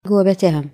جوابتها.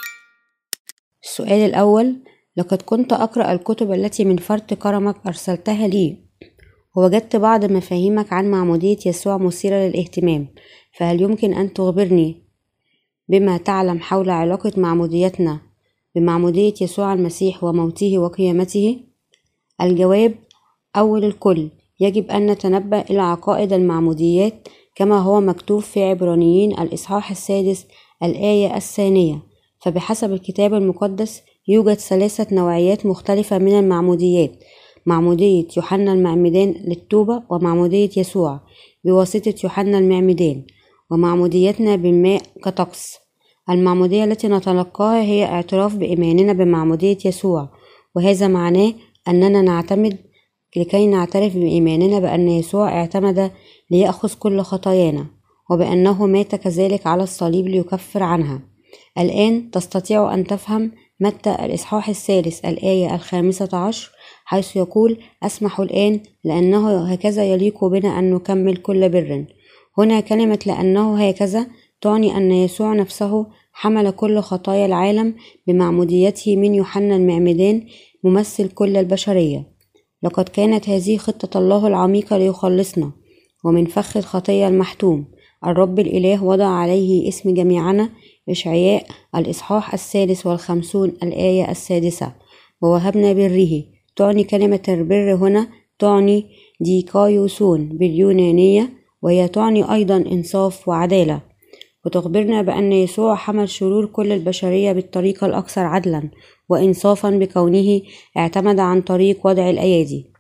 السؤال الأول: لقد كنت أقرأ الكتب التي من فرط كرمك أرسلتها لي، ووجدت بعض مفاهيمك عن معمودية يسوع مثيرة للاهتمام، فهل يمكن أن تخبرني بما تعلم حول علاقة معموديتنا بمعمودية يسوع المسيح وموته وقيامته؟ الجواب: أول الكل يجب أن نتنبأ إلى عقائد المعموديات كما هو مكتوب في عبرانيين الإصحاح 6 الآية 2. فبحسب الكتاب المقدس يوجد 3 نوعيات مختلفة من المعموديات: معمودية يوحنا المعمدان للتوبة، ومعمودية يسوع بواسطة يوحنا المعمدان، ومعموديتنا بالماء كطقس. المعمودية التي نتلقاها هي اعتراف بإيماننا بمعمودية يسوع، وهذا معناه أننا نعتمد لكي نعترف بإيماننا بأن يسوع اعتمد ليأخذ كل خطايانا، وبأنه مات كذلك على الصليب ليكفر عنها. الآن تستطيع أن تفهم متى الإصحاح 3 الآية 15، حيث يقول: أسمح الآن لأنه هكذا يليق بنا أن نكمل كل بر. هنا كلمة لأنه هكذا تعني أن يسوع نفسه حمل كل خطايا العالم بمعموديته من يوحنا المعمدان ممثل كل البشرية. لقد كانت هذه خطة الله العميقة ليخلصنا ومن فخ الخطية المحتوم. الرب الإله وضع عليه اسم جميعنا، إشعياء الإصحاح 53 الآية 6، ووهبنا بره. تعني كلمة البر هنا تعني ديكايوسون باليونانية، وهي تعني أيضا إنصاف وعدالة، وتخبرنا بأن يسوع حمل شرور كل البشرية بالطريقة الأكثر عدلا وإنصافا بكونه اعتمد عن طريق وضع الأيادي.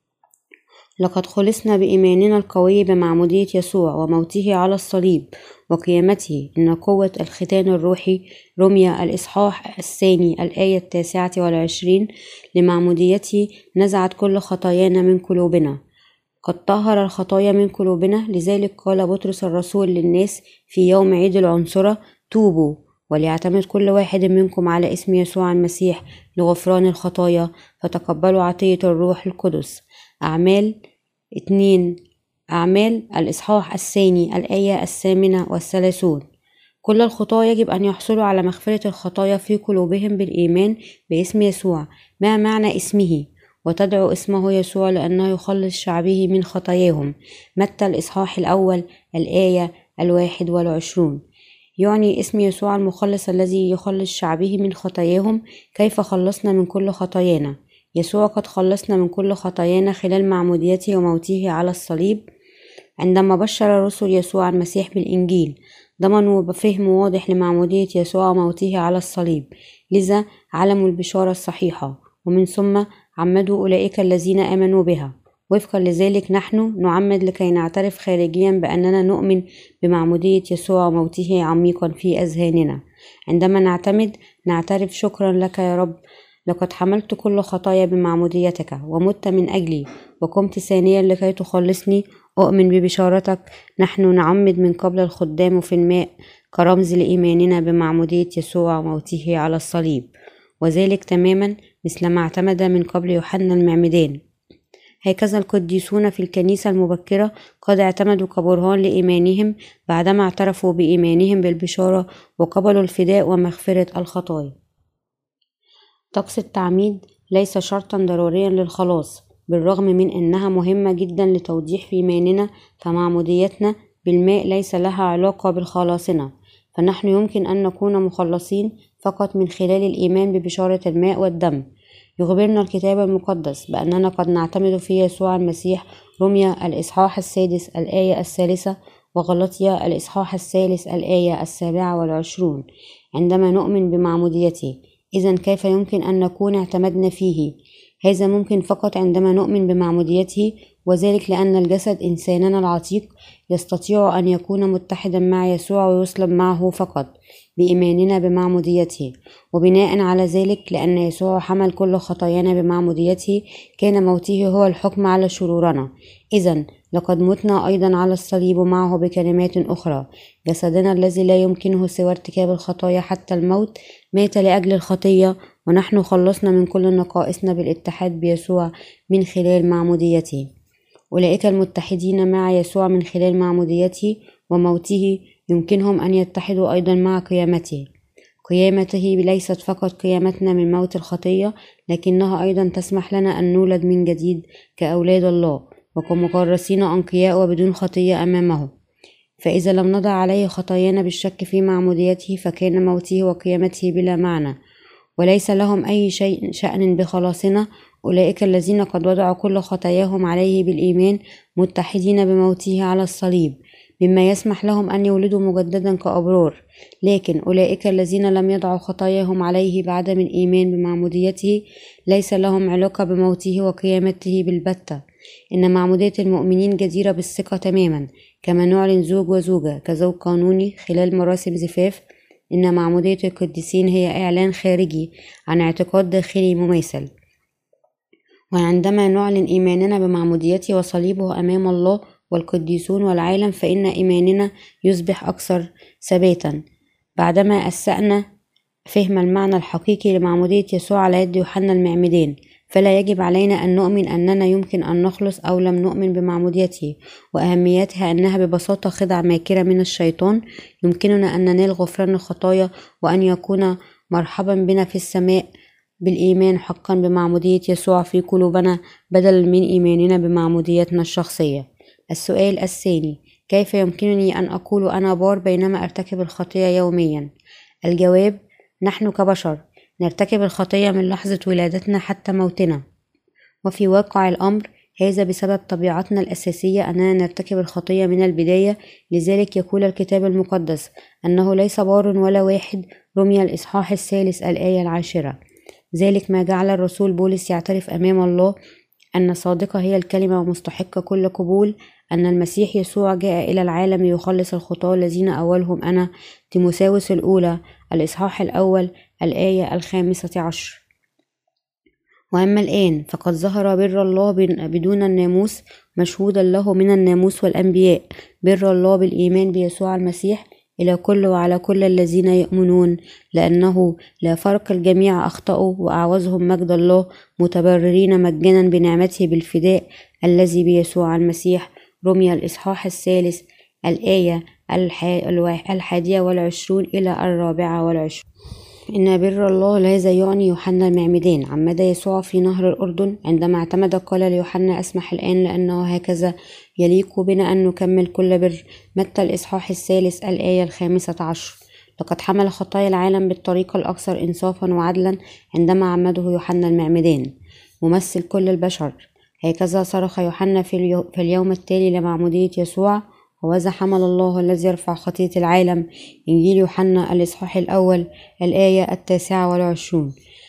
لقد خلصنا بإيماننا القوي بمعمودية يسوع وموته على الصليب وقيامته، إن قوة الختان الروحي رمية الإصحاح 2 الآية 29 لمعموديته نزعت كل خطايانا من قلوبنا. قد طهر الخطايا من قلوبنا، لذلك قال بطرس الرسول للناس في يوم عيد العنصرة: توبوا وليعتمد كل واحد منكم على اسم يسوع المسيح لغفران الخطايا، فتقبلوا عطية الروح القدس. أعمال الإصحاح 2 الآية 38. كل الخطاة يجب أن يحصلوا على مغفرة الخطايا في قلوبهم بالإيمان باسم يسوع. ما معنى اسمه؟ وتدعو اسمه يسوع لأنه يخلص شعبه من خطاياهم. متى الإصحاح 1 الآية 21. يعني اسم يسوع المخلص الذي يخلص شعبه من خطاياهم. كيف خلصنا من كل خطايانا؟ يسوع قد خلصنا من كل خطايانا خلال معموديته وموته على الصليب. عندما بشر رسل يسوع المسيح بالإنجيل ضمنوا بفهم واضح لمعمودية يسوع وموته على الصليب، لذا علموا البشارة الصحيحة، ومن ثم عمدوا أولئك الذين آمنوا بها. وفقا لذلك نحن نعمد لكي نعترف خارجيا بأننا نؤمن بمعمودية يسوع وموته عميقا في أذهاننا. عندما نعترف: شكرا لك يا رب، لقد حملت كل خطايا بمعموديتك ومت من أجلي وقمت ثانيا لكي تخلصني. أؤمن ببشارتك. نحن نعمد من قبل الخدام في الماء كرمز لإيماننا بمعمودية يسوع وموته على الصليب، وذلك تماما مثل ما اعتمد من قبل يوحنا المعمدان. هكذا القديسون في الكنيسة المبكرة قد اعتمدوا كبرهان لإيمانهم بعدما اعترفوا بإيمانهم بالبشارة وقبلوا الفداء ومغفرة الخطايا. طقس التعميد ليس شرطا ضروريا للخلاص، بالرغم من أنها مهمة جدا لتوضيح في إيماننا، فمعموديتنا بالماء ليس لها علاقة بالخلاصنا، فنحن يمكن أن نكون مخلصين فقط من خلال الإيمان ببشارة الماء والدم. يخبرنا الكتاب المقدس بأننا قد نعتمد في يسوع المسيح. رمية الإصحاح 6 الآية 3، وغلطية الإصحاح 3 الآية 27. عندما نؤمن بمعموديته، إذن كيف يمكن أن نكون اعتمدنا فيه؟ هذا ممكن فقط عندما نؤمن بمعموديته، وذلك لأن الجسد إنساننا العتيق يستطيع أن يكون متحدا مع يسوع ويصلب معه فقط بإيماننا بمعموديته. وبناء على ذلك، لأن يسوع حمل كل خطايانا بمعموديته، كان موته هو الحكم على شرورنا. إذن لقد متنا أيضا على الصليب معه. بكلمات أخرى، جسدنا الذي لا يمكنه سوى ارتكاب الخطايا حتى الموت مات لأجل الخطية، ونحن خلصنا من كل نقائصنا بالاتحاد بيسوع من خلال معموديته. أولئك المتحدين مع يسوع من خلال معموديته وموته يمكنهم أن يتحدوا أيضا مع قيامته. قيامته ليست فقط قيامتنا من موت الخطية، لكنها أيضا تسمح لنا أن نولد من جديد كأولاد الله وكمكرسين أنقياء وبدون خطية أمامه. فإذا لم نضع عليه خطايانا بالشك في معموديته فكان موته وقيامته بلا معنى، وليس لهم أي شأن بخلاصنا أولئك الذين قد وضعوا كل خطاياهم عليه بالإيمان متحدين بموته على الصليب، مما يسمح لهم أن يولدوا مجددا كأبرار. لكن أولئك الذين لم يضعوا خطاياهم عليه بعدم الإيمان بمعموديته ليس لهم علاقة بموته وقيامته بالبتة. إن معمودية المؤمنين جديرة بالثقة تماما، كما نعلن زوج وزوجة كزوج قانوني خلال مراسم زفاف. إن معمودية القديسين هي إعلان خارجي عن اعتقاد داخلي مماثل. وعندما نعلن إيماننا بمعموديته وصليبه أمام الله والقديسون والعالم فإن إيماننا يصبح أكثر ثباتا. بعدما أسأنا فهم المعنى الحقيقي لمعمودية يسوع على يد يوحنا المعمدان، فلا يجب علينا أن نؤمن أننا يمكن أن نخلص أو لم نؤمن بمعموديته، وأهميتها أنها ببساطة خدعة ماكرة من الشيطان. يمكننا أن ننال غفران الخطايا وأن يكون مرحبا بنا في السماء بالإيمان حقا بمعمودية يسوع في قلوبنا بدلا من إيماننا بمعموديتنا الشخصية. السؤال الثاني: كيف يمكنني أن أقول أنا بار بينما أرتكب الخطية يوميا؟ الجواب: نحن كبشر نرتكب الخطية من لحظة ولادتنا حتى موتنا، وفي واقع الأمر هذا بسبب طبيعتنا الأساسية أننا نرتكب الخطية من البداية. لذلك يقول الكتاب المقدس أنه ليس بار ولا واحد، رمي الإصحاح 3 الآية 10. ذلك ما جعل الرسول بولس يعترف أمام الله أن صادقة هي الكلمة ومستحق كل قبول أن المسيح يسوع جاء إلى العالم ليخلص الخطاة الذين أولهم أنا. تيموثاوس الأولى الإصحاح 1 الآية 15. وأما الآن فقد ظهر بر الله بدون الناموس، مشهودا له من الناموس والأنبياء، بر الله بالإيمان بيسوع المسيح إلى كل وعلى كل الذين يؤمنون، لأنه لا فرق، الجميع أخطأوا وأعوزهم مجد الله، متبررين مجانا بنعمته بالفداء الذي بيسوع المسيح. رمي الإصحاح 3 الآية 21 إلى 24. إن بر الله هذا يعني يوحنا المعمدان. عمد يسوع في نهر الأردن، عندما اعتمد قال ليوحنا: أسمح الآن لأنه هكذا يليق بنا أن نكمل كل بر. متى الإصحاح 3 الآية 15. لقد حمل خطايا العالم بالطريقة الأكثر إنصافا وعدلا عندما عمده يوحنا المعمدان، ممثل كل البشر. هكذا صرخ يوحنا في اليوم التالي لمعمودية يسوع: وذا حمل الله الذي يرفع خطية العالم. إنجيل يوحنا الإصحاح 1 الآية 29.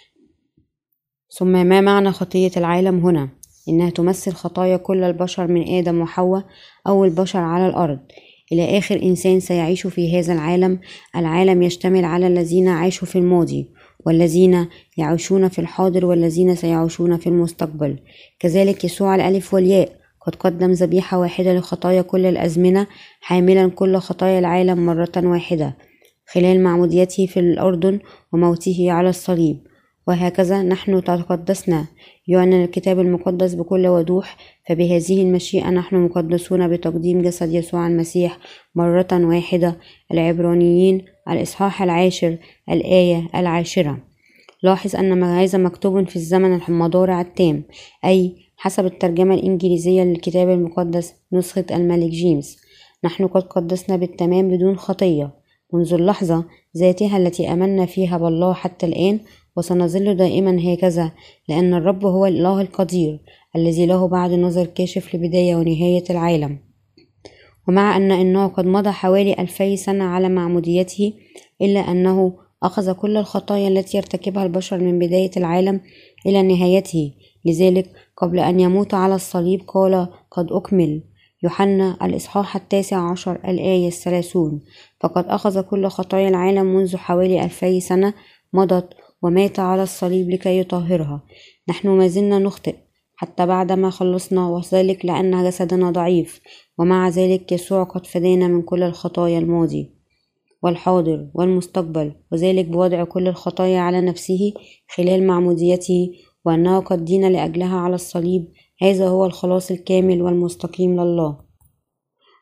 ثم ما معنى خطية العالم هنا؟ إنها تمثل خطايا كل البشر من آدم وحواء أول بشر على الأرض إلى آخر إنسان سيعيش في هذا العالم. العالم يشتمل على الذين عاشوا في الماضي والذين يعيشون في الحاضر والذين سيعيشون في المستقبل. كذلك يسوع الألف والياء قد قدم ذبيحة واحدة لخطايا كل الأزمنة، حاملا كل خطايا العالم مرة واحدة خلال معموديته في الأردن وموته على الصليب. وهكذا نحن تقدسنا، يعلن الكتاب المقدس بكل وضوح. فبهذه المشيئة نحن مقدسون بتقديم جسد يسوع المسيح مرة واحدة. العبرانيين الإصحاح 10 الآية 10. لاحظ أن هذا مكتوب في الزمن المضارع التام، أي حسب الترجمة الإنجليزية للكتاب المقدس نسخة الملك جيمس. نحن قد قدسنا بالتمام بدون خطية منذ اللحظة ذاتها التي آمنا فيها بالله حتى الآن، وسنظل دائما هكذا، لأن الرب هو الإله القدير الذي له بعد نظر كاشف لبداية ونهاية العالم. ومع أنه قد مضى حوالي 2000 سنة على معموديته، إلا أنه أخذ كل الخطايا التي يرتكبها البشر من بداية العالم إلى نهايته. لذلك قبل أن يموت على الصليب قال: قد أكمل. يوحنا الإصحاح 19 الآية 30. فقد أخذ كل خطايا العالم منذ حوالي 2000 سنة مضت، ومات على الصليب لكي يطهرها. نحن ما زلنا نخطئ حتى بعدما خلصنا، وذلك لأن جسدنا ضعيف، ومع ذلك يسوع قد فدانا من كل الخطايا الماضي والحاضر والمستقبل، وذلك بوضع كل الخطايا على نفسه خلال معموديته، وأنه قد دين لأجلها على الصليب. هذا هو الخلاص الكامل والمستقيم لله.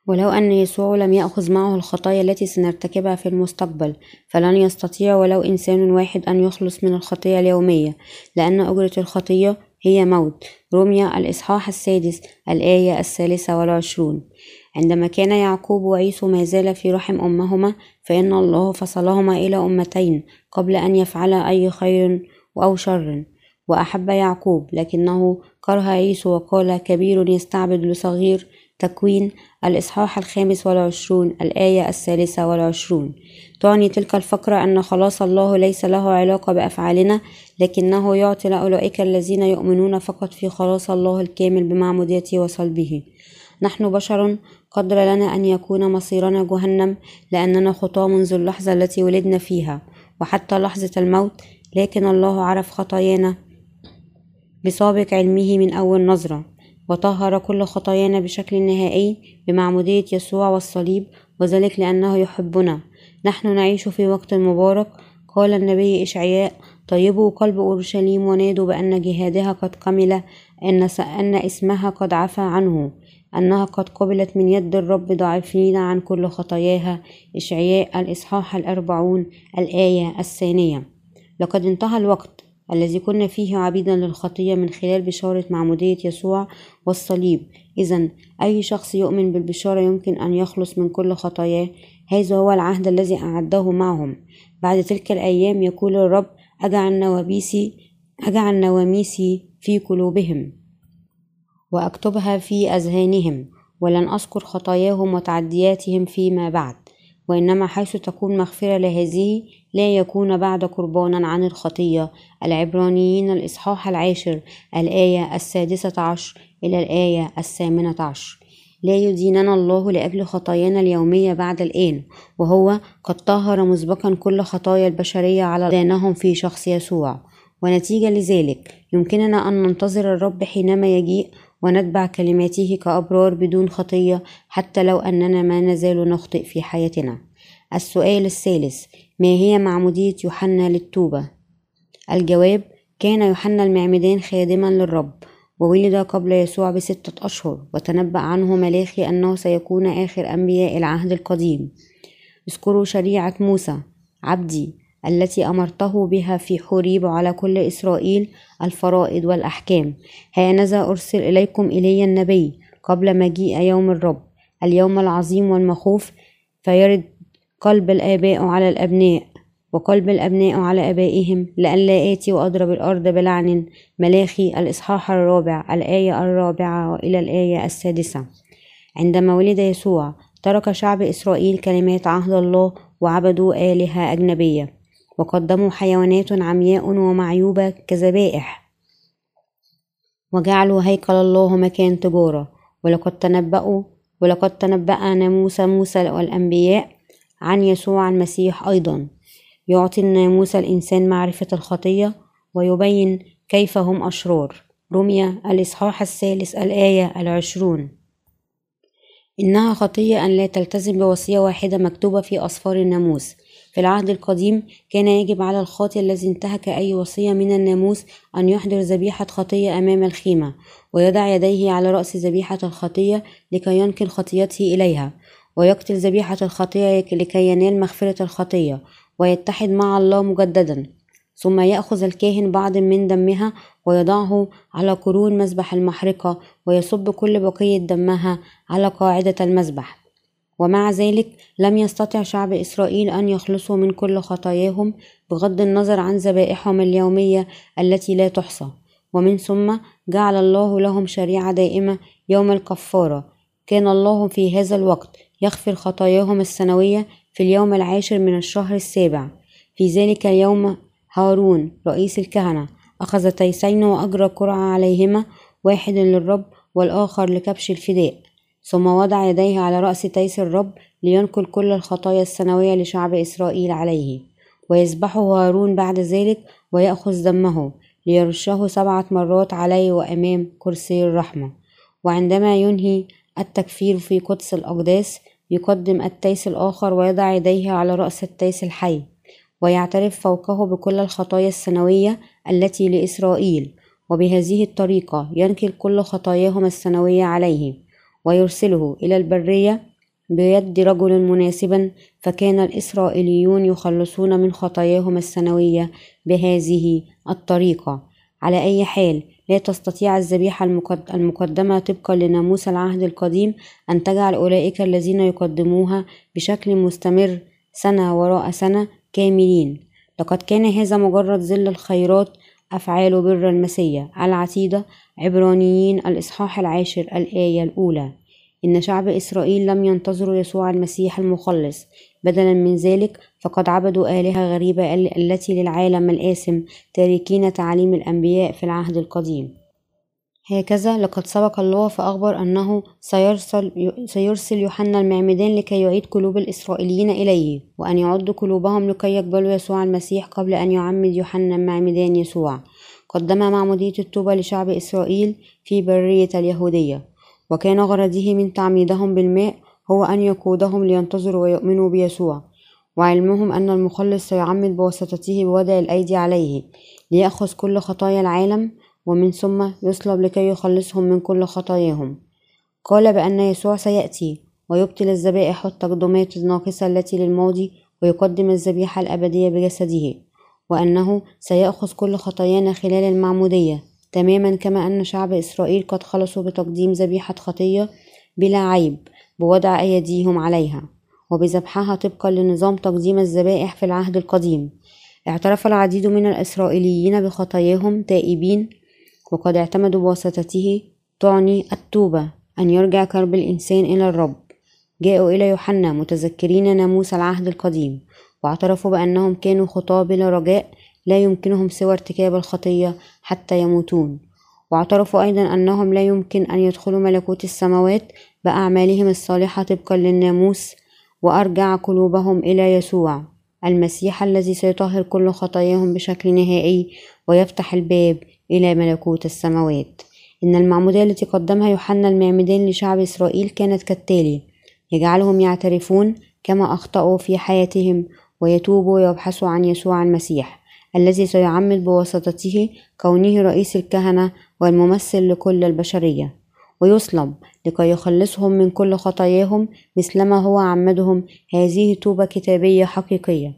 ولو أن يسوع لم يأخذ معه الخطايا التي سنرتكبها في المستقبل، فلن يستطيع ولو إنسان واحد أن يخلص من الخطية اليومية، لأن أجرة الخطية هي موت. رمية الإصحاح 6 الآية 23. عندما كان يعقوب وعيسو ما زال في رحم أمهما، فإن الله فصلهما إلى أمتين قبل أن يفعلا أي خير أو شر. وأحب يعقوب لكنه كره عيسو وقال: كبير يستعبد لصغير. تكوين الإصحاح 25 الآية 23. تعني تلك الفقرة أن خلاص الله ليس له علاقة بأفعالنا، لكنه يعطي لأولئك الذين يؤمنون فقط في خلاص الله الكامل بمعموديته وصلبه. نحن بشر، قدر لنا أن يكون مصيرنا جهنم لأننا خطاة منذ اللحظة التي ولدنا فيها وحتى لحظة الموت، لكن الله عرف خطايانا بسابق علمه من أول نظرة، وطهر كل خطايانا بشكل نهائي بمعمودية يسوع والصليب، وذلك لأنه يحبنا. نحن نعيش في وقت مبارك. قال النبي إشعياء: طيبوا قلب أورشليم ونادوا بأن جهادها قد كمل، أن اسمها قد عفى عنه، أنها قد قبلت من يد الرب ضعيفين عن كل خطاياها. إشعياء الإصحاح 40 الآية 2. لقد انتهى الوقت الذي كنا فيه عبيدا للخطية من خلال بشارة معمودية يسوع والصليب. إذن أي شخص يؤمن بالبشارة يمكن أن يخلص من كل خطاياه. هذا هو العهد الذي أعده معهم. بعد تلك الأيام يقول الرب: أجعل نواميسي في قلوبهم وأكتبها في أذهانهم، ولن أذكر خطاياهم وتعدياتهم فيما بعد. وإنما حيث تكون مغفرة لهذه لا يكون بعد قربانا عن الخطية. العبرانيين الإصحاح 10 الآية 16 إلى الآية 18. لا يديننا الله لأجل خطايانا اليومية بعد الآن، وهو قد طهر مسبقا كل خطايا البشرية على دانهم في شخص يسوع. ونتيجة لذلك يمكننا أن ننتظر الرب حينما يجيء ونتبع كلماته كأبرار بدون خطية، حتى لو أننا ما نزال نخطئ في حياتنا. السؤال الثالث: ما هي معمودية يوحنا للتوبة؟ الجواب: كان يوحنا المعمدان خادما للرب، وولد قبل يسوع ب6 أشهر، وتنبأ عنه ملاخي أنه سيكون آخر أنبياء العهد القديم. اذكروا شريعة موسى عبدي التي أمرته بها في حوريب على كل إسرائيل، الفرائض والأحكام. هانذا أرسل إليكم إيليا النبي قبل مجيء يوم الرب، اليوم العظيم والمخوف، فيرد قلب الآباء على الأبناء وقلب الأبناء على آبائهم، لئلا آتي وأضرب الأرض بلعن. ملاخي الإصحاح 4 الآية 4 إلى الآية 6. عندما ولد يسوع ترك شعب إسرائيل كلمات عهد الله وعبدوا آلهة أجنبية، وقدموا حيوانات عمياء ومعيوبة كذبائح، وجعلوا هيكل الله مكان تجارة. ولقد تنبأ ناموس موسى والأنبياء عن يسوع المسيح أيضا. يعطي الناموس الإنسان معرفة الخطية ويبين كيف هم أشرار. رمية الإصحاح 3 الآية 20. إنها خطية أن لا تلتزم بوصية واحدة مكتوبة في أسفار الناموس. في العهد القديم كان يجب على الخاطئ الذي انتهك أي وصية من الناموس أن يحضر ذبيحة خطية أمام الخيمة، ويضع يديه على رأس ذبيحة الخطية لكي ينقل خطيته إليها، ويقتل ذبيحة الخطية لكي ينال مغفرة الخطية ويتحد مع الله مجددا. ثم يأخذ الكاهن بعض من دمها ويضعه على قرون مذبح المحرقة، ويصب كل بقية دمها على قاعدة المذبح. ومع ذلك لم يستطع شعب إسرائيل أن يخلصوا من كل خطاياهم، بغض النظر عن ذبائحهم اليومية التي لا تحصى. ومن ثم جعل الله لهم شريعة دائمة يوم الكفارة. كان الله في هذا الوقت يغفر خطاياهم السنوية في اليوم 10 من الشهر 7. في ذلك اليوم هارون رئيس الكهنة أخذ تيسين وأجرى قرعة عليهما، واحد للرب والآخر لكبش الفداء، ثم وضع يديه على رأس تيس الرب لينقل كل الخطايا السنوية لشعب إسرائيل عليه. ويذبحه هارون بعد ذلك ويأخذ دمه ليرشه 7 مرات عليه وأمام كرسي الرحمة. وعندما ينهي التكفير في قدس الأقداس يقدم التيس الآخر ويضع يديه على رأس التيس الحي، ويعترف فوقه بكل الخطايا السنوية التي لإسرائيل، وبهذه الطريقة ينقل كل خطاياهم السنوية عليه ويرسله إلى البرية بيد رجل مناسبا، فكان الإسرائيليون يخلصون من خطاياهم السنوية بهذه الطريقة. على أي حال، لا تستطيع الذبيحة المقدمة طبقا لناموس العهد القديم أن تجعل أولئك الذين يقدموها بشكل مستمر سنة وراء سنة كاملين. لقد كان هذا مجرد ظل الخيرات أفعال بر المسيح العتيدة. عبرانيين الإصحاح 10 الآية الأولى. إن شعب إسرائيل لم ينتظروا يسوع المسيح المخلص، بدلا من ذلك فقد عبدوا آلهة غريبة التي للعالم الآثم، تاركين تعاليم الأنبياء في العهد القديم. هكذا لقد سبق الله فأخبر أنه سيرسل يوحنا المعمدان لكي يعيد قلوب الإسرائيليين إليه، وأن يعد قلوبهم لكي يقبلوا يسوع المسيح قبل أن يعمد يوحنا المعمدان يسوع. قدم معمودية التوبة لشعب إسرائيل في برية اليهودية، وكان غرضه من تعميدهم بالماء هو أن يقودهم لينتظروا ويؤمنوا بيسوع، وعلمهم أن المخلص سيعمد بواسطته بوضع الأيدي عليه ليأخذ كل خطايا العالم، ومن ثم يصلب لكي يخلصهم من كل خطاياهم. قال بأن يسوع سيأتي ويبطل الذبائح والتقدمات الناقصة التي للماضي، ويقدم الذبيحة الأبدية بجسده، وأنه سيأخذ كل خطايانا خلال المعمودية، تماما كما أن شعب إسرائيل قد خلصوا بتقديم ذبيحة خطية بلا عيب بوضع أيديهم عليها وبذبحها طبقا لنظام تقديم الذبائح في العهد القديم. اعترف العديد من الإسرائيليين بخطاياهم تائبين، وقد اعتمدوا بواسطته تعني التوبة أن يرجع قلب الإنسان إلى الرب. جاءوا إلى يوحنا متذكرين ناموس العهد القديم، واعترفوا بأنهم كانوا خطاة بلا رجاء، لا يمكنهم سوى ارتكاب الخطية حتى يموتون. واعترفوا أيضا أنهم لا يمكن أن يدخلوا ملكوت السماوات بأعمالهم الصالحة طبقا للناموس، وأرجع قلوبهم إلى يسوع المسيح الذي سيطهر كل خطاياهم بشكل نهائي ويفتح الباب إلى ملكوت السماوات. إن المعمودية التي قدمها يوحنا المعمدان لشعب إسرائيل كانت كالتالي: يجعلهم يعترفون كما أخطأوا في حياتهم، ويتوبوا ويبحثوا عن يسوع المسيح الذي سيعمد بواسطته كونه رئيس الكهنة والممثل لكل البشرية، ويصلب لكي يخلصهم من كل خطاياهم مثلما هو عمدهم. هذه توبة كتابية حقيقية.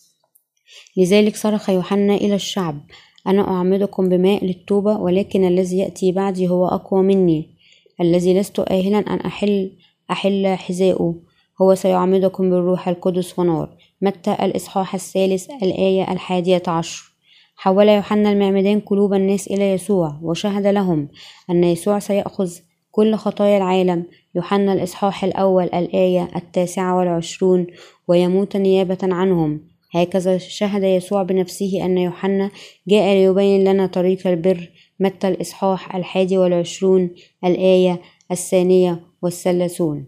لذلك صرخ يوحنا إلى الشعب: أنا أعمدكم بماء للتوبة، ولكن الذي يأتي بعدي هو أقوى مني، الذي لست آهلا أن أحل حذاءه، هو سيعمدكم بالروح القدس ونار. متى الإصحاح 3 الآية 11. حول يوحنا المعمدان قلوب الناس إلى يسوع، وشهد لهم أن يسوع سيأخذ كل خطايا العالم. يوحنا الإصحاح 1 الآية 29: ويموت نيابة عنهم. هكذا شهد يسوع بنفسه أن يوحنا جاء ليبين لنا طريق البر. متى الإصحاح 21 الآية 32.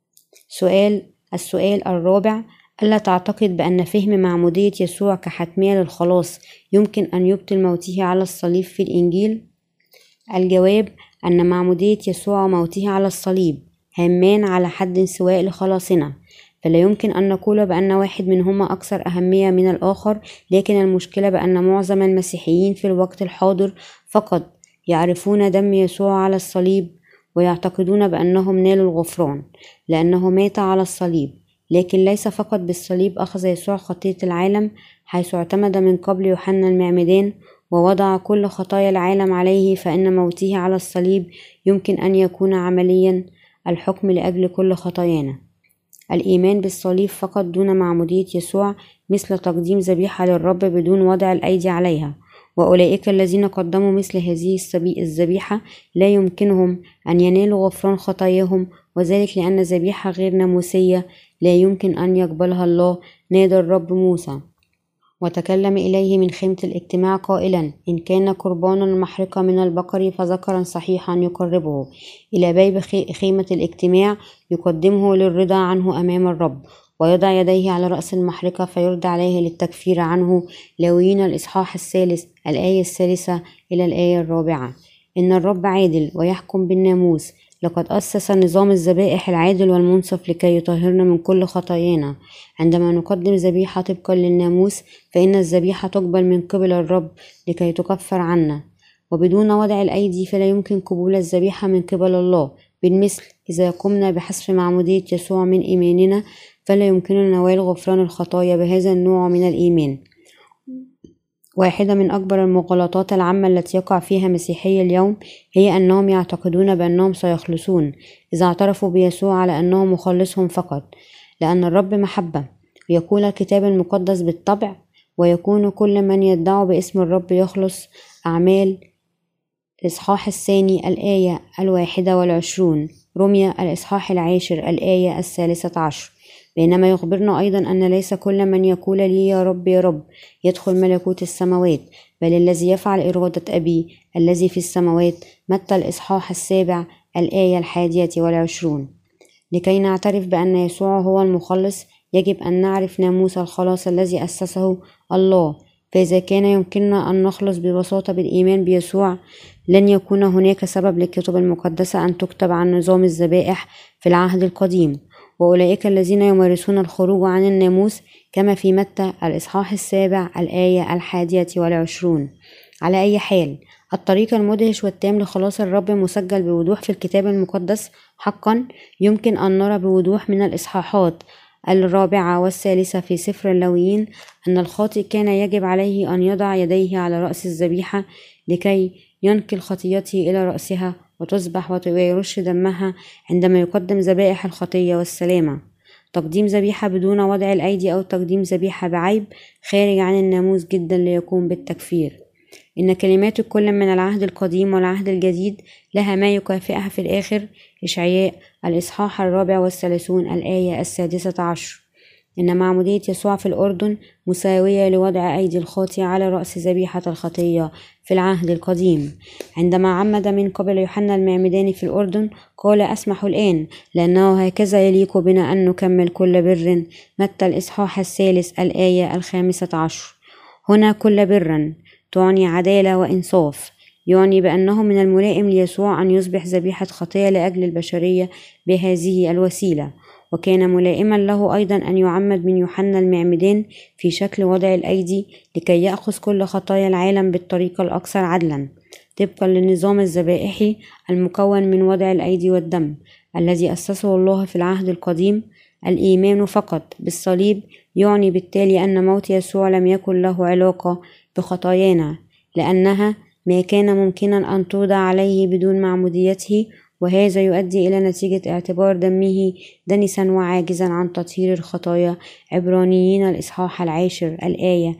السؤال الرابع: ألا تعتقد بأن فهم معمودية يسوع كحتمية للخلاص يمكن أن يبطل موته على الصليب في الإنجيل؟ الجواب: أن معمودية يسوع وموته على الصليب هامان على حد سواء لخلاصنا، فلا يمكن أن نقول بأن واحد منهما أكثر أهمية من الآخر. لكن المشكلة بأن معظم المسيحيين في الوقت الحاضر فقط يعرفون دم يسوع على الصليب، ويعتقدون بأنهم نالوا الغفران لأنه مات على الصليب. لكن ليس فقط بالصليب أخذ يسوع خطية العالم، حيث اعتمد من قبل يوحنا المعمدان ووضع كل خطايا العالم عليه، فإن موته على الصليب يمكن أن يكون عمليا الحكم لأجل كل خطايانا. الإيمان بالصليب فقط دون معمودية يسوع مثل تقديم ذبيحة للرب بدون وضع الأيدي عليها، وأولئك الذين قدموا مثل هذه الذبيحة لا يمكنهم أن ينالوا غفران خطاياهم، وذلك لأن ذبيحة غير ناموسية لا يمكن أن يقبلها الله. نادى الرب موسى وتكلم إليه من خيمة الاجتماع قائلا: إن كان قربانا محرقة من البقر فذكرا صحيحا يقربه إلى باب خيمة الاجتماع، يقدمه للرضا عنه أمام الرب، ويضع يديه على رأس المحرقة فيرد عليه للتكفير عنه. لاويين الإصحاح 3 الآية 3 إلى الآية 4. إن الرب عادل ويحكم بالناموس. لقد أسس نظام الذبائح العادل والمنصف لكي يطهرنا من كل خطايانا. عندما نقدم ذبيحة طبقا للناموس فإن الذبيحة تقبل من قبل الرب لكي تكفر عنا، وبدون وضع الأيدي فلا يمكن قبول الذبيحة من قبل الله. بالمثل إذا قمنا بحذف معمودية يسوع من إيماننا فلا يمكننا نوال غفران الخطايا بهذا النوع من الإيمان. واحدة من أكبر المغالطات العامة التي يقع فيها مسيحي اليوم هي أنهم يعتقدون بأنهم سيخلصون إذا اعترفوا بيسوع على أنه مخلصهم فقط، لأن الرب محبة، ويقول الكتاب المقدس بالطبع: ويكون كل من يدعو باسم الرب يخلص. أعمال الإصحاح 2 الآية 21، رمية الإصحاح 10 الآية 13. بينما يخبرنا أيضا أن ليس كل من يقول لي يا رب يا رب يدخل ملكوت السماوات، بل الذي يفعل إرادة أبي الذي في السماوات. متى الإصحاح 7 الآية 21. لكي نعترف بأن يسوع هو المخلص يجب أن نعرف ناموس الخلاص الذي أسسه الله. فإذا كان يمكننا أن نخلص ببساطة بالإيمان بيسوع، لن يكون هناك سبب للكتب المقدسة أن تكتب عن نظام الذبائح في العهد القديم. وأولئك الذين يمارسون الخروج عن الناموس كما في متى الإصحاح 7 الآية 21. على أي حال، الطريق المدهش والتام لخلاص الرب مسجل بوضوح في الكتاب المقدس. حقا يمكن أن نرى بوضوح من الإصحاحات 4 و3 في سفر اللاويين أن الخاطئ كان يجب عليه أن يضع يديه على رأس الذبيحة لكي ينقل خطيته إلى رأسها وتصبح ويرش دمها عندما يقدم ذبائح الخطية والسلامة. تقديم ذبيحة بدون وضع الأيدي أو تقديم ذبيحة بعيب خارج عن الناموس جدا ليقوم بالتكفير. إن كلمات كل من العهد القديم والعهد الجديد لها ما يكافئها في الآخر. إشعياء الإصحاح 34 الآية 16. إن معمودية يسوع في الأردن مساوية لوضع أيدي الخاطئ على رأس ذبيحة الخطية في العهد القديم. عندما عمد من قبل يوحنا المعمدان في الأردن قال: أسمح الآن، لأنه هكذا يليق بنا أن نكمل كل بر. متى الإصحاح 3 الآية 15. هنا كل برا تعني عدالة وإنصاف، يعني بأنه من الملائم ليسوع أن يصبح ذبيحة خطية لأجل البشرية بهذه الوسيلة. وكان ملائما له أيضا أن يعمد من يوحنا المعمدان في شكل وضع الأيدي لكي يأخذ كل خطايا العالم بالطريقة الأكثر عدلا طبقا للنظام الذبائحي المكون من وضع الأيدي والدم الذي أسسه الله في العهد القديم. الإيمان فقط بالصليب يعني بالتالي أن موت يسوع لم يكن له علاقة بخطايانا، لأنها ما كان ممكنا أن توضع عليه بدون معموديته، وهذا يؤدي إلى نتيجة اعتبار دمه دنسا وعاجزا عن تطهير الخطايا. عبرانيين الإصحاح 10 الآية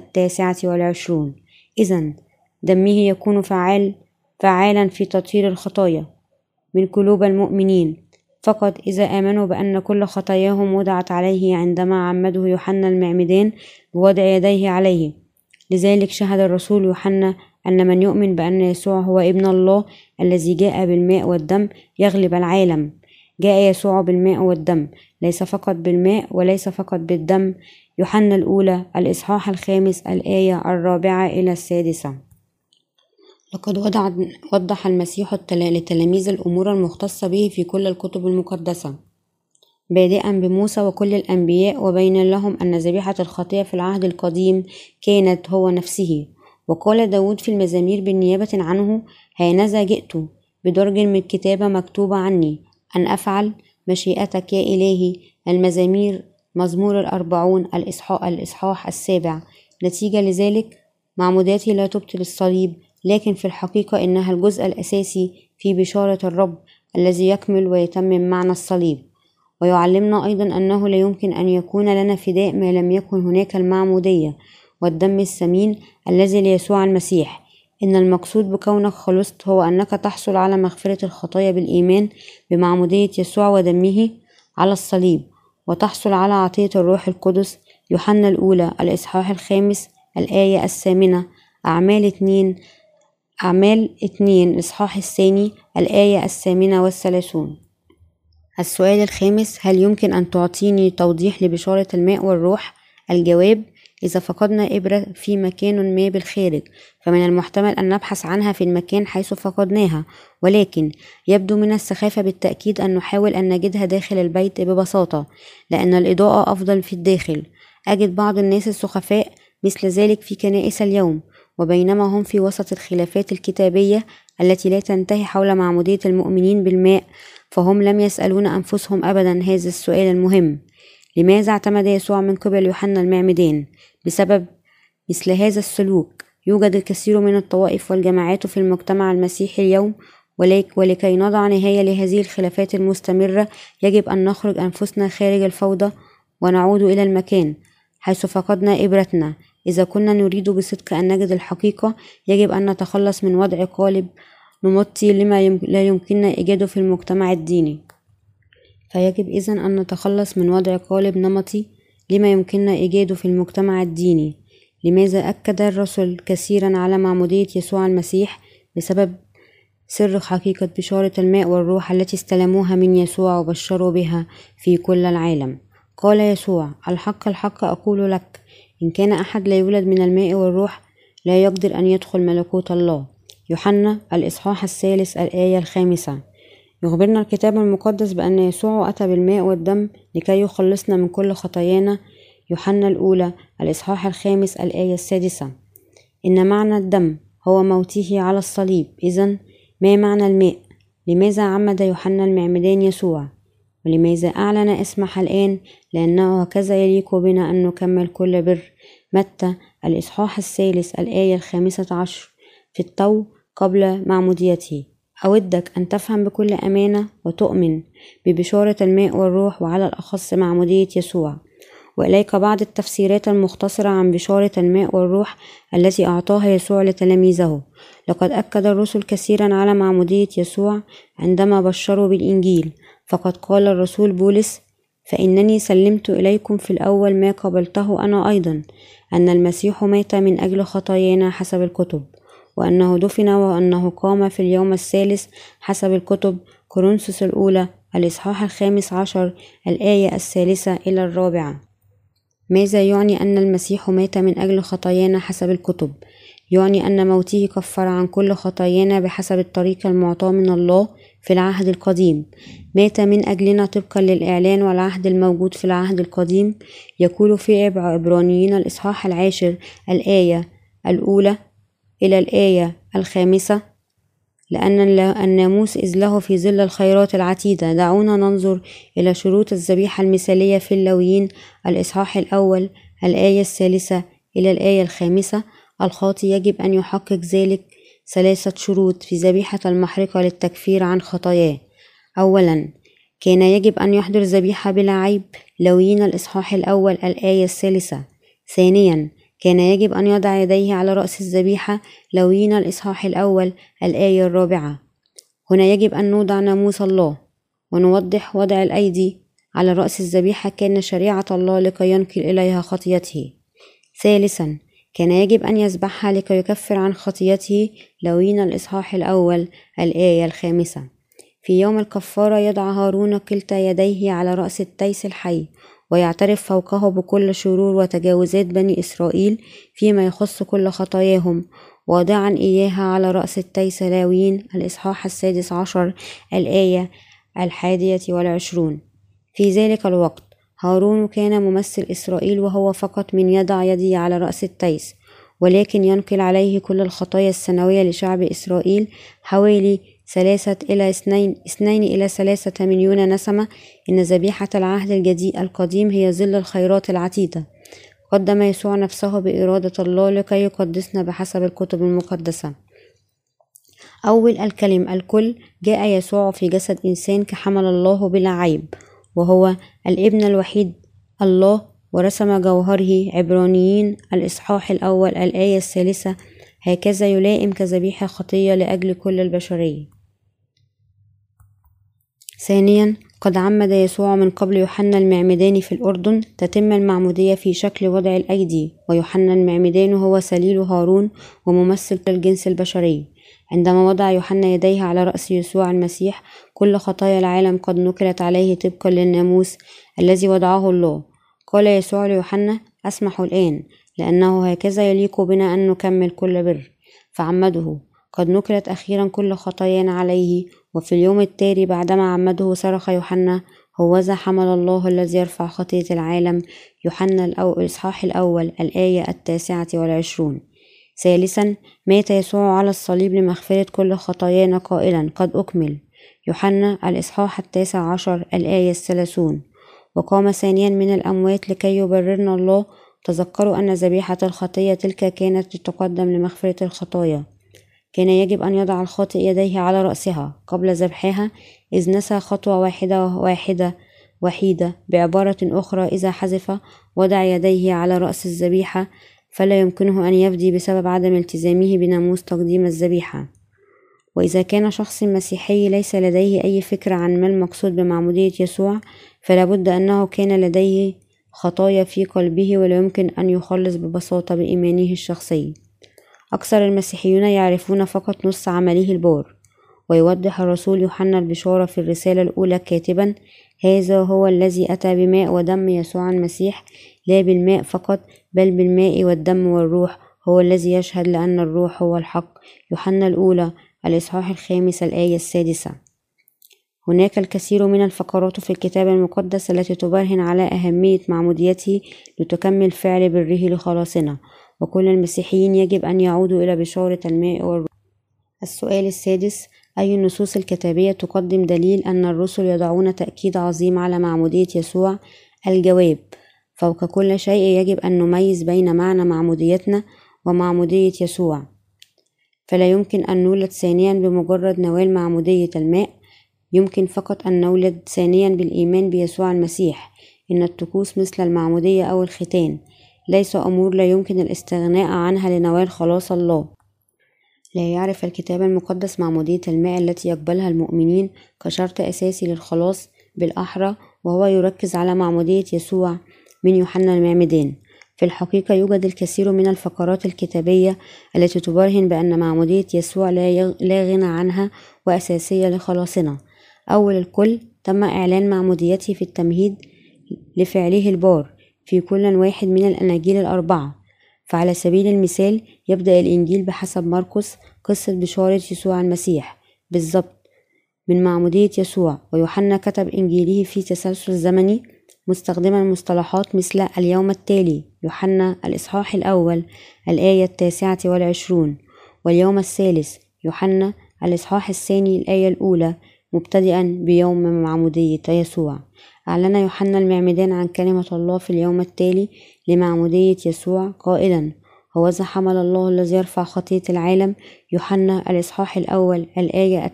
29. إذن دمه يكون فعالا في تطهير الخطايا من قلوب المؤمنين فقط إذا آمنوا بأن كل خطاياهم وضعت عليه عندما عمده يوحنا المعمدان بوضع يديه عليه. لذلك شهد الرسول يوحنا أن من يؤمن بأن يسوع هو ابن الله الذي جاء بالماء والدم يغلب العالم. جاء يسوع بالماء والدم، ليس فقط بالماء وليس فقط بالدم. يوحنا الأولى الإصحاح 5 الآية 4 إلى 6. لقد وضح المسيح لتلاميذ الأمور المختصة به في كل الكتب المقدسة بادئا بموسى وكل الأنبياء، وبين لهم أن ذبيحة الخطية في العهد القديم كانت هو نفسه. وقال داود في المزامير بالنيابة عنه: هانذا جئت بدرج من الكتابة مكتوبة عني أن أفعل مشيئتك يا إلهي. المزامير مزمور 40 الإصحاح 7. نتيجة لذلك معموداتي لا تبطل الصليب، لكن في الحقيقة إنها الجزء الأساسي في بشارة الرب الذي يكمل ويتمم معنى الصليب. ويعلمنا أيضا أنه لا يمكن أن يكون لنا فداء ما لم يكن هناك المعمودية والدم الثمين الذي ليسوع المسيح. إن المقصود بكونك خلصت هو أنك تحصل على مغفرة الخطايا بالإيمان بمعمودية يسوع ودمه على الصليب، وتحصل على عطية الروح القدس. يوحنا الأولى الإصحاح 5 الآية 8. أعمال 2 الإصحاح 2 الآية 38. السؤال الخامس: هل يمكن أن تعطيني توضيح لبشارة الماء والروح؟ الجواب: إذا فقدنا إبرة في مكان ما بالخارج فمن المحتمل أن نبحث عنها في المكان حيث فقدناها، ولكن يبدو من السخافة بالتأكيد أن نحاول أن نجدها داخل البيت ببساطة، لأن الإضاءة أفضل في الداخل. أجد بعض الناس السخفاء مثل ذلك في كنائس اليوم، وبينما هم في وسط الخلافات الكتابية التي لا تنتهي حول معمودية المؤمنين بالماء، فهم لم يسألون أنفسهم أبدا هذا السؤال المهم: لماذا اعتمد يسوع من قبل يوحنا المعمدان؟ بسبب مثل هذا السلوك يوجد الكثير من الطوائف والجماعات في المجتمع المسيحي اليوم، ولكي نضع نهاية لهذه الخلافات المستمرة يجب أن نخرج أنفسنا خارج الفوضى ونعود إلى المكان حيث فقدنا إبرتنا. إذا كنا نريد بصدق أن نجد الحقيقة يجب أن نتخلص من وضع قالب نمطي لما لا يمكننا إيجاده في المجتمع الديني. فيجب إذن أن نتخلص من وضع قالب نمطي لما يمكننا إيجاده في المجتمع الديني. لماذا أكد الرسل كثيرا على معمودية يسوع المسيح؟ بسبب سر حقيقة بشارة الماء والروح التي استلموها من يسوع وبشروا بها في كل العالم. قال يسوع: الحق الحق أقول لك، إن كان أحد لا يولد من الماء والروح لا يقدر أن يدخل ملكوت الله. يوحنا الإصحاح 3 الآية 5. يخبرنا الكتاب المقدس بأن يسوع أتى بالماء والدم لكي يخلصنا من كل خطايانا. يوحنا الأولى الإصحاح 5 الآية 6. إن معنى الدم هو موته على الصليب. إذن ما معنى الماء؟ لماذا عمد يوحنا المعمدان يسوع؟ ولماذا أعلن اسمح الآن؟ لأنه هكذا يليق بنا أن نكمل كل بر. متى الإصحاح 3 الآية 15. في التو قبل معموديته. أودك أن تفهم بكل أمانة وتؤمن ببشارة الماء والروح، وعلى الأخص معمودية يسوع. وإليك بعض التفسيرات المختصرة عن بشارة الماء والروح التي أعطاها يسوع لتلاميذه. لقد أكد الرسل كثيرا على معمودية يسوع عندما بشروا بالإنجيل، فقد قال الرسول بولس: فإنني سلمت إليكم في الأول ما قبلته أنا أيضا، أن المسيح مات من أجل خطايانا حسب الكتب، وأنه دفن، وأنه قام في اليوم الثالث حسب الكتب. كورنثوس الأولى الإصحاح 15 الآية 3 إلى 4. ماذا يعني أن المسيح مات من أجل خطايانا حسب الكتب؟ يعني أن موته كفر عن كل خطايانا بحسب الطريقة المعطاة من الله في العهد القديم. مات من أجلنا طبقا للإعلان والعهد الموجود في العهد القديم. يقول في عبرانيين الإصحاح 10 الآية 1 إلى الآية 5: لأن الناموس إذ له في ظل الخيرات العتيدة. دعونا ننظر إلى شروط الذبيحة المثالية في اللاويين الإصحاح 1 الآية 3 إلى الآية 5. الخاطي يجب أن يحقق ذلك 3 شروط في ذبيحة المحرقة للتكفير عن خطاياه. أولا، كان يجب أن يحضر ذبيحة بلا عيب. لاويين الإصحاح 1 الآية 3. ثانيا، كان يجب أن يضع يديه على رأس الذبيحة. لاويين الإصحاح 1 الآية 4. هنا يجب أن نوضع ناموس الله ونوضح وضع الأيدي على رأس الذبيحة كان شريعة الله لكي ينقل إليها خطيته. ثالثا، كان يجب أن يذبحها لكي يكفر عن خطيته. لاويين الإصحاح 1 الآية 5. في يوم الكفارة يضع هارون كلتا يديه على رأس التيس الحي ويعترف فوقه بكل شرور وتجاوزات بني إسرائيل فيما يخص كل خطاياهم، واضعا إياها على رأس التيس. لاويين الإصحاح 16 الآية 21. في ذلك الوقت هارون كان ممثل إسرائيل، وهو فقط من يضع يده على رأس التيس، ولكن ينقل عليه كل الخطايا السنوية لشعب إسرائيل، حوالي 2 إلى 3 مليون نسمة. إن ذبيحة العهد القديم هي ظل الخيرات العتيدة. قدم يسوع نفسه بإرادة الله لكي يقدسنا بحسب الكتب المقدسة. أول الكلم الكل جاء يسوع في جسد إنسان كحمل الله بلا عيب، وهو الابن الوحيد الله، ورسم جوهره. عبرانيين الإصحاح 1 الآية 3: هكذا يلائم كذبيحة خطية لأجل كل البشرية. ثانيا، قد عمد يسوع من قبل يوحنا المعمدان في الأردن. تتم المعمودية في شكل وضع الأيدي، ويوحنا المعمدان هو سليل هارون وممثل الجنس البشري. عندما وضع يوحنا يديه على رأس يسوع المسيح، كل خطايا العالم قد نقلت عليه طبقا للناموس الذي وضعه الله. قال يسوع ليوحنا: أسمح الآن، لأنه هكذا يليق بنا أن نكمل كل بر. فعمده. قد نقلت أخيرا كل خطايانا عليه. وفي اليوم التالي بعدما عمده صرخ يوحنا: هوذا حمل الله الذي يرفع خطية العالم. يوحنا الإصحاح 1 الآية 29. ثالثا، مات يسوع على الصليب لمغفرة كل خطايانا قائلا قد أكمل، يوحنا الإصحاح 19 الآية 30. وقام ثانيا من الأموات لكي يبررنا الله. تذكروا أن ذبيحة الخطية تلك كانت تقدم لمغفرة الخطايا. كان يجب أن يضع الخاطئ يديه على رأسها قبل ذبحها، إذ نسى خطوة وحيدة. بعبارة أخرى، إذا حذف وضع يديه على رأس الذبيحة فلا يمكنه أن يفدي بسبب عدم التزامه بناموس تقديم الذبيحة. وإذا كان شخص مسيحي ليس لديه أي فكرة عن ما المقصود بمعمودية يسوع، فلا بد أنه كان لديه خطايا في قلبه ولا يمكن أن يخلص ببساطة بإيمانه الشخصي. أكثر المسيحيون يعرفون فقط نص عمله البار. ويوضح الرسول يوحنا البشارة في الرسالة الأولى كاتبا: هذا هو الذي أتى بماء ودم يسوع المسيح، لا بالماء فقط بل بالماء والدم والروح، هو الذي يشهد لأن الروح هو الحق. يوحنا الأولى الإصحاح 5 الآية 6. هناك الكثير من الفقرات في الكتاب المقدس التي تبرهن على أهمية معموديته لتكمل فعل بره لخلاصنا، وكل المسيحيين يجب أن يعودوا إلى بشارة الماء والروح. السؤال السادس: أي النصوص الكتابية تقدم دليل أن الرسل يضعون تأكيد عظيم على معمودية يسوع؟ الجواب: فوق كل شيء يجب أن نميز بين معنى معموديتنا ومعمودية يسوع. فلا يمكن أن نولد ثانيا بمجرد نوال معمودية الماء، يمكن فقط أن نولد ثانيا بالإيمان بيسوع المسيح. إن الطقوس مثل المعمودية أو الختان ليس أمور لا يمكن الاستغناء عنها لنوال خلاص الله. لا يعرف الكتاب المقدس معمودية الماء التي يقبلها المؤمنين كشرط أساسي للخلاص، بالأحرى وهو يركز على معمودية يسوع من يوحنا المعمدان. في الحقيقة يوجد الكثير من الفقرات الكتابية التي تبرهن بأن معمودية يسوع لا غنى عنها وأساسية لخلاصنا. أول الكل، تم إعلان معموديته في التمهيد لفعله البار في كل واحد من الأناجيل الأربعة. فعلى سبيل المثال، يبدأ الإنجيل بحسب مرقس قصة بشارة يسوع المسيح بالضبط من معمودية يسوع، ويوحنا كتب إنجيله في تسلسل زمني مستخدما مصطلحات مثل اليوم التالي يوحنا الإصحاح الأول الآية 29، واليوم الثالث يوحنا الإصحاح الثاني الآية الأولى، مبتدئا بيوم معمودية يسوع. أعلن يوحنا المعمدان عن كلمة الله في اليوم التالي لمعمودية يسوع قائلا: هوذا حمل الله الذي يرفع خطية العالم، يوحنا الإصحاح الأول الآية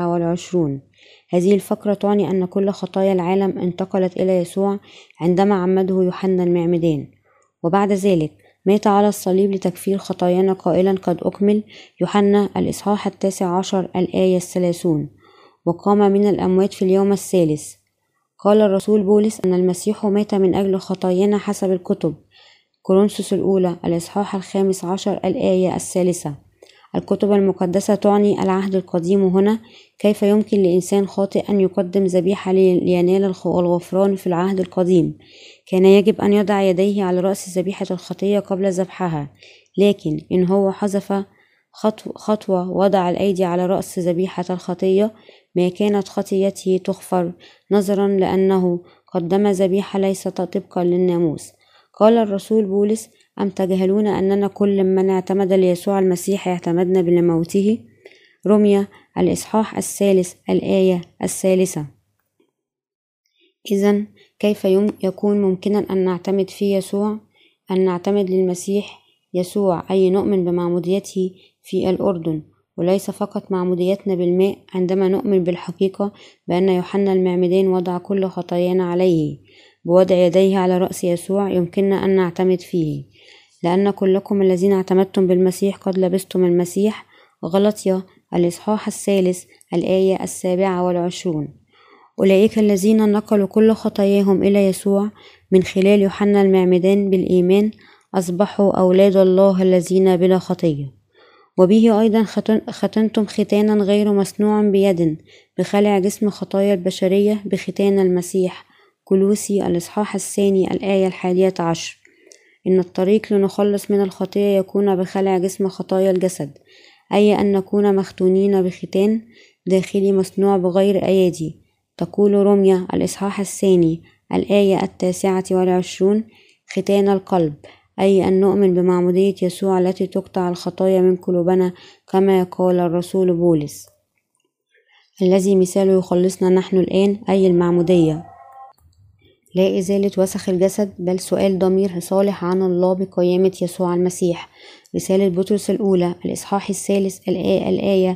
29. هذه الفقرة تعني أن كل خطايا العالم انتقلت إلى يسوع عندما عمده يوحنا المعمدان، وبعد ذلك مات على الصليب لتكفير خطايانا قائلا قد أكمل، يوحنا الإصحاح 19 الآية 30. وقام من الأموات في اليوم الثالث. قال الرسول بولس أن المسيح مات من أجل خطايانا حسب الكتب، كورنثوس الأولى الإصحاح 15 الآية 3. الكتب المقدسة تعني العهد القديم. هنا كيف يمكن لإنسان خاطئ أن يقدم ذبيحة لينال الغفران في العهد القديم؟ كان يجب أن يضع يديه على رأس ذبيحة الخطية قبل ذبحها، لكن إن هو حذف خطوة وضع الأيدي على رأس ذبيحة الخطية، ما كانت خطيته تغفر نظرا لأنه قدم ذبيحة ليست طبقا للناموس. قال الرسول بولس: أم تجهلون أننا كل من اعتمد ليسوع المسيح اعتمدنا بموته؟ رمية الإصحاح 3 الآية 3. إذن كيف يكون ممكنا أن نعتمد في يسوع؟ أن نعتمد للمسيح يسوع أي نؤمن بمعموديته في الأردن، وليس فقط معموديتنا بالماء، عندما نؤمن بالحقيقة بأن يوحنا المعمدان وضع كل خطايانا عليه بوضع يديه على رأس يسوع، يمكننا أن نعتمد فيه. لأن كلكم الذين اعتمدتم بالمسيح قد لبستم المسيح. غلطية الإصحاح 3 الآية 27. أولئك الذين نقلوا كل خطاياهم إلى يسوع من خلال يوحنا المعمدان بالإيمان أصبحوا أولاد الله الذين بلا خطية، وبه أيضا ختنتم ختانا غير مصنوع بيد بخلع جسم خطايا البشرية بختان المسيح. كولوسي الإصحاح 2 الآية 11. إن الطريق لنخلص من الخطية يكون بخلع جسم خطايا الجسد، أي أن نكون مختونين بختان داخلي مصنوع بغير أيدي. تقول رمية الإصحاح 2 الآية 29: ختان القلب، أي أن نؤمن بمعمودية يسوع التي تقطع الخطايا من قلوبنا كما قال الرسول بولس، الذي مثاله يخلصنا نحن الآن، أي المعمودية، لا إزالة وسخ الجسد، بل سؤال ضمير صالح عن الله بقيامة يسوع المسيح. رسالة بطرس الأولى الإصحاح 3 الآية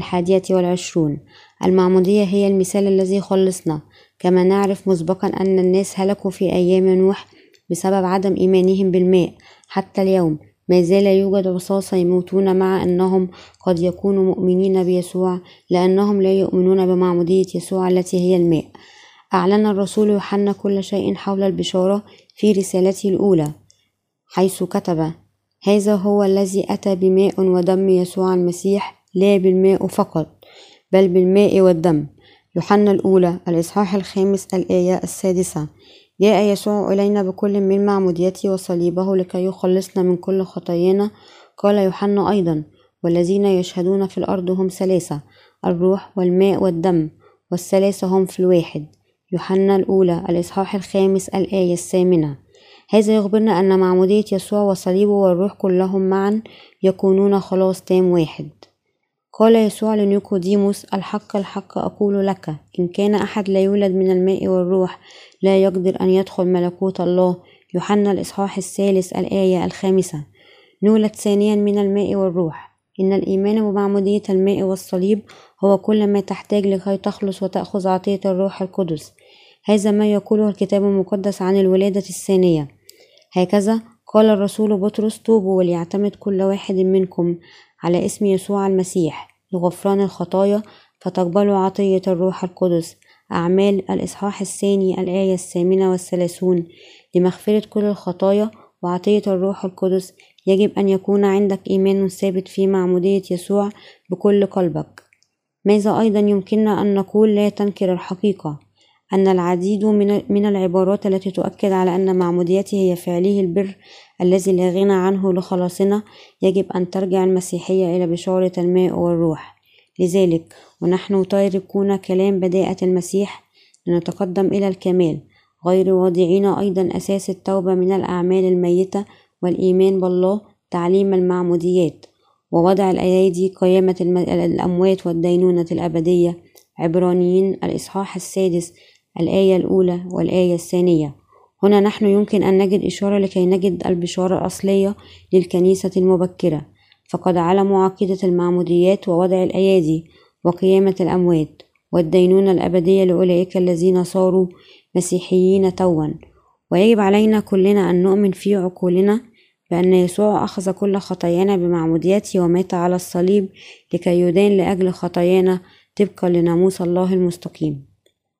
21. المعمودية هي المثال الذي خلصنا، كما نعرف مسبقا أن الناس هلكوا في أيام نوح بسبب عدم إيمانهم بالماء. حتى اليوم ما زال يوجد عصاة يموتون مع أنهم قد يكونوا مؤمنين بيسوع، لأنهم لا يؤمنون بمعمودية يسوع التي هي الماء. أعلن الرسول يوحنا كل شيء حول البشارة في رسالته الأولى، حيث كتب: هذا هو الذي أتى بماء ودم يسوع المسيح، لا بالماء فقط بل بالماء والدم. يوحنا الأولى الإصحاح 5 الآية 6. جاء يسوع إلينا بكل من معموديته وصليبه لكي يخلصنا من كل خطايانا. قال يوحنا أيضا: والذين يشهدون في الأرض هم 3، الروح والماء والدم، والثلاثة هم في الواحد. يوحنا الأولى الإصحاح 5 الآية 8. هذا يخبرنا أن معمودية يسوع وصليبه والروح كلهم معا يكونون خلاص تام واحد. قال يسوع لنيقوديموس: الحق الحق أقول لك، إن كان أحد لا يولد من الماء والروح لا يقدر أن يدخل ملكوت الله. يوحنا الإصحاح 3 الآية 5. نولد ثانيا من الماء والروح. إن الإيمان بمعمودية الماء والصليب هو كل ما تحتاج لكي تخلص وتأخذ عطية الروح القدس. هذا ما يقوله الكتاب المقدس عن الولادة الثانية. هكذا قال الرسول بطرس: توبوا وليعتمد كل واحد منكم على اسم يسوع المسيح لغفران الخطايا فتقبلوا عطية الروح القدس. أعمال الإصحاح 2 الآية 38. لمغفرة كل الخطايا وعطية الروح القدس يجب أن يكون عندك إيمان ثابت في معمودية يسوع بكل قلبك. ماذا أيضا يمكننا أن نقول لا تنكر الحقيقة؟ أن العديد من العبارات التي تؤكد على أن معموديته هي فعله البر الذي لا غنى عنه لخلاصنا، يجب أن ترجع المسيحية إلى بشارة الماء والروح. لذلك ونحن تاركون كلام بداءة المسيح لنتقدم إلى الكمال، غير واضعين أيضا أساس التوبة من الأعمال الميتة والإيمان بالله، تعليم المعموديات ووضع الأيادي، قيامة الأموات والدينونة الأبدية. عبرانيين الإصحاح 6 الآية الأولى والآية 2. هنا نحن يمكن أن نجد إشارة لكي نجد البشارة الأصلية للكنيسة المبكرة، فقد علموا عقيدة المعموديات ووضع الأيادي وقيامة الأموات والدينونة الأبدية لأولئك الذين صاروا مسيحيين توا. ويجب علينا كلنا أن نؤمن في عقولنا بأن يسوع أخذ كل خطايانا بمعموديته ومات على الصليب لكي يدان لأجل خطايانا طبقا لناموس الله المستقيم.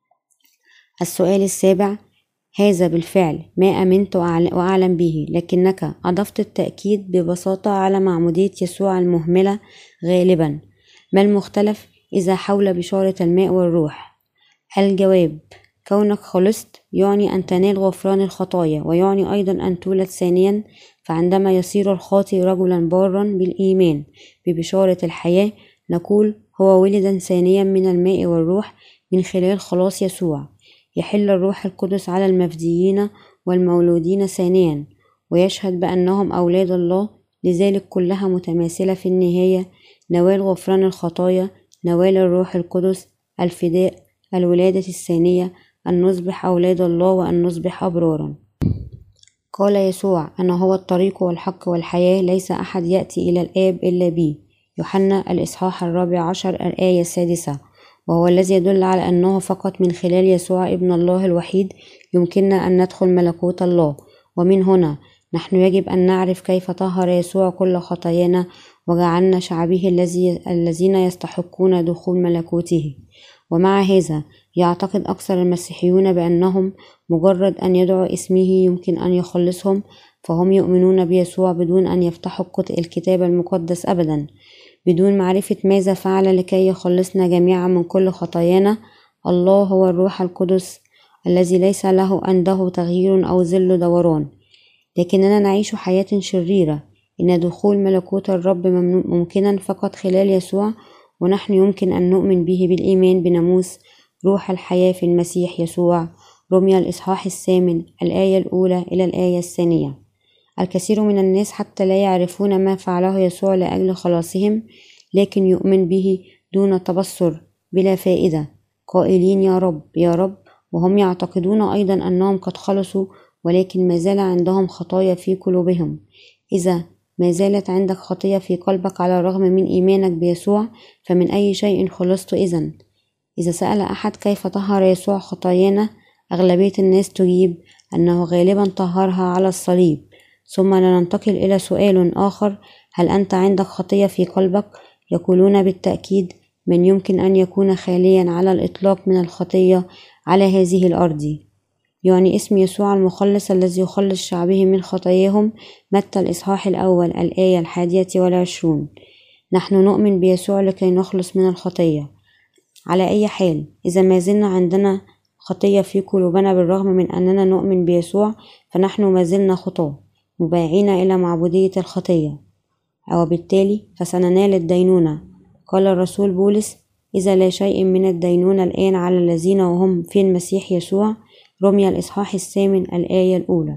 السؤال 7: هذا بالفعل ما أمنت وأعلم به، لكنك أضفت التأكيد ببساطة على معمودية يسوع المهملة غالبا. ما المختلف إذا حول بشارة الماء والروح؟ الجواب: كونك خلصت يعني أن تنال غفران الخطايا، ويعني أيضا أن تولد ثانيا. فعندما يصير الخاطئ رجلا بارا بالإيمان ببشارة الحياة، نقول هو ولد ثانيا من الماء والروح من خلال خلاص يسوع. يحل الروح القدس على المفديين والمولودين ثانيا ويشهد بأنهم أولاد الله، لذلك كلها متماثلة في النهاية: نوال غفران الخطايا، نوال الروح القدس، الفداء، الولادة الثانية، أن نصبح أولاد الله وأن نصبح أبرارا. قال يسوع: أنا هو الطريق والحق والحياة، ليس أحد يأتي إلى الآب إلا بي. يوحنا الإصحاح 14 الآية 6. وهو الذي يدل على أنه فقط من خلال يسوع ابن الله الوحيد يمكننا أن ندخل ملكوت الله. ومن هنا نحن يجب أن نعرف كيف طهر يسوع كل خطايانا وجعلنا شعبه الذين يستحقون دخول ملكوته. ومع هذا يعتقد أكثر المسيحيون بأنهم مجرد أن يدعوا اسمه يمكن أن يخلصهم، فهم يؤمنون بيسوع بدون أن يفتحوا الكتاب المقدس أبدا، بدون معرفة ماذا فعل لكي يخلصنا جميعا من كل خطايانا. الله هو الروح القدس الذي ليس له عنده تغيير أو ظل دوران، لكننا نعيش حياة شريرة. إن دخول ملكوت الرب ممكنا فقط خلال يسوع، ونحن يمكن أن نؤمن به بالإيمان بناموس روح الحياة في المسيح يسوع. رمي الإصحاح 8 الآية الأولى إلى الآية 2. الكثير من الناس حتى لا يعرفون ما فعله يسوع لأجل خلاصهم، لكن يؤمن به دون تبصر بلا فائدة، قائلين يا رب يا رب، وهم يعتقدون أيضا أنهم قد خلصوا، ولكن ما زال عندهم خطايا في قلوبهم. إذا ما زالت عندك خطية في قلبك على الرغم من إيمانك بيسوع، فمن أي شيء خلصت إذن؟ إذا سأل أحد كيف طهر يسوع خطايانا، أغلبية الناس تجيب أنه غالبا طهرها على الصليب. ثم لننتقل إلى سؤال آخر: هل أنت عندك خطية في قلبك؟ يقولون بالتأكيد: من يمكن أن يكون خاليا على الإطلاق من الخطية على هذه الأرض؟ يعني اسم يسوع المخلص الذي يخلص شعبه من خطاياهم. متى الإصحاح الأول الآية 21. نحن نؤمن بيسوع لكي نخلص من الخطية. على أي حال، إذا ما زلنا عندنا خطية في قلوبنا بالرغم من أننا نؤمن بيسوع، فنحن ما زلنا خطاة مباعين إلى معبودية الخطية، وبالتالي فسننال الدينونة. قال الرسول بولس: إذا لا شيء من الدينونة الآن على الذين وهم في المسيح يسوع. رمي الإصحاح 8 الآية 1.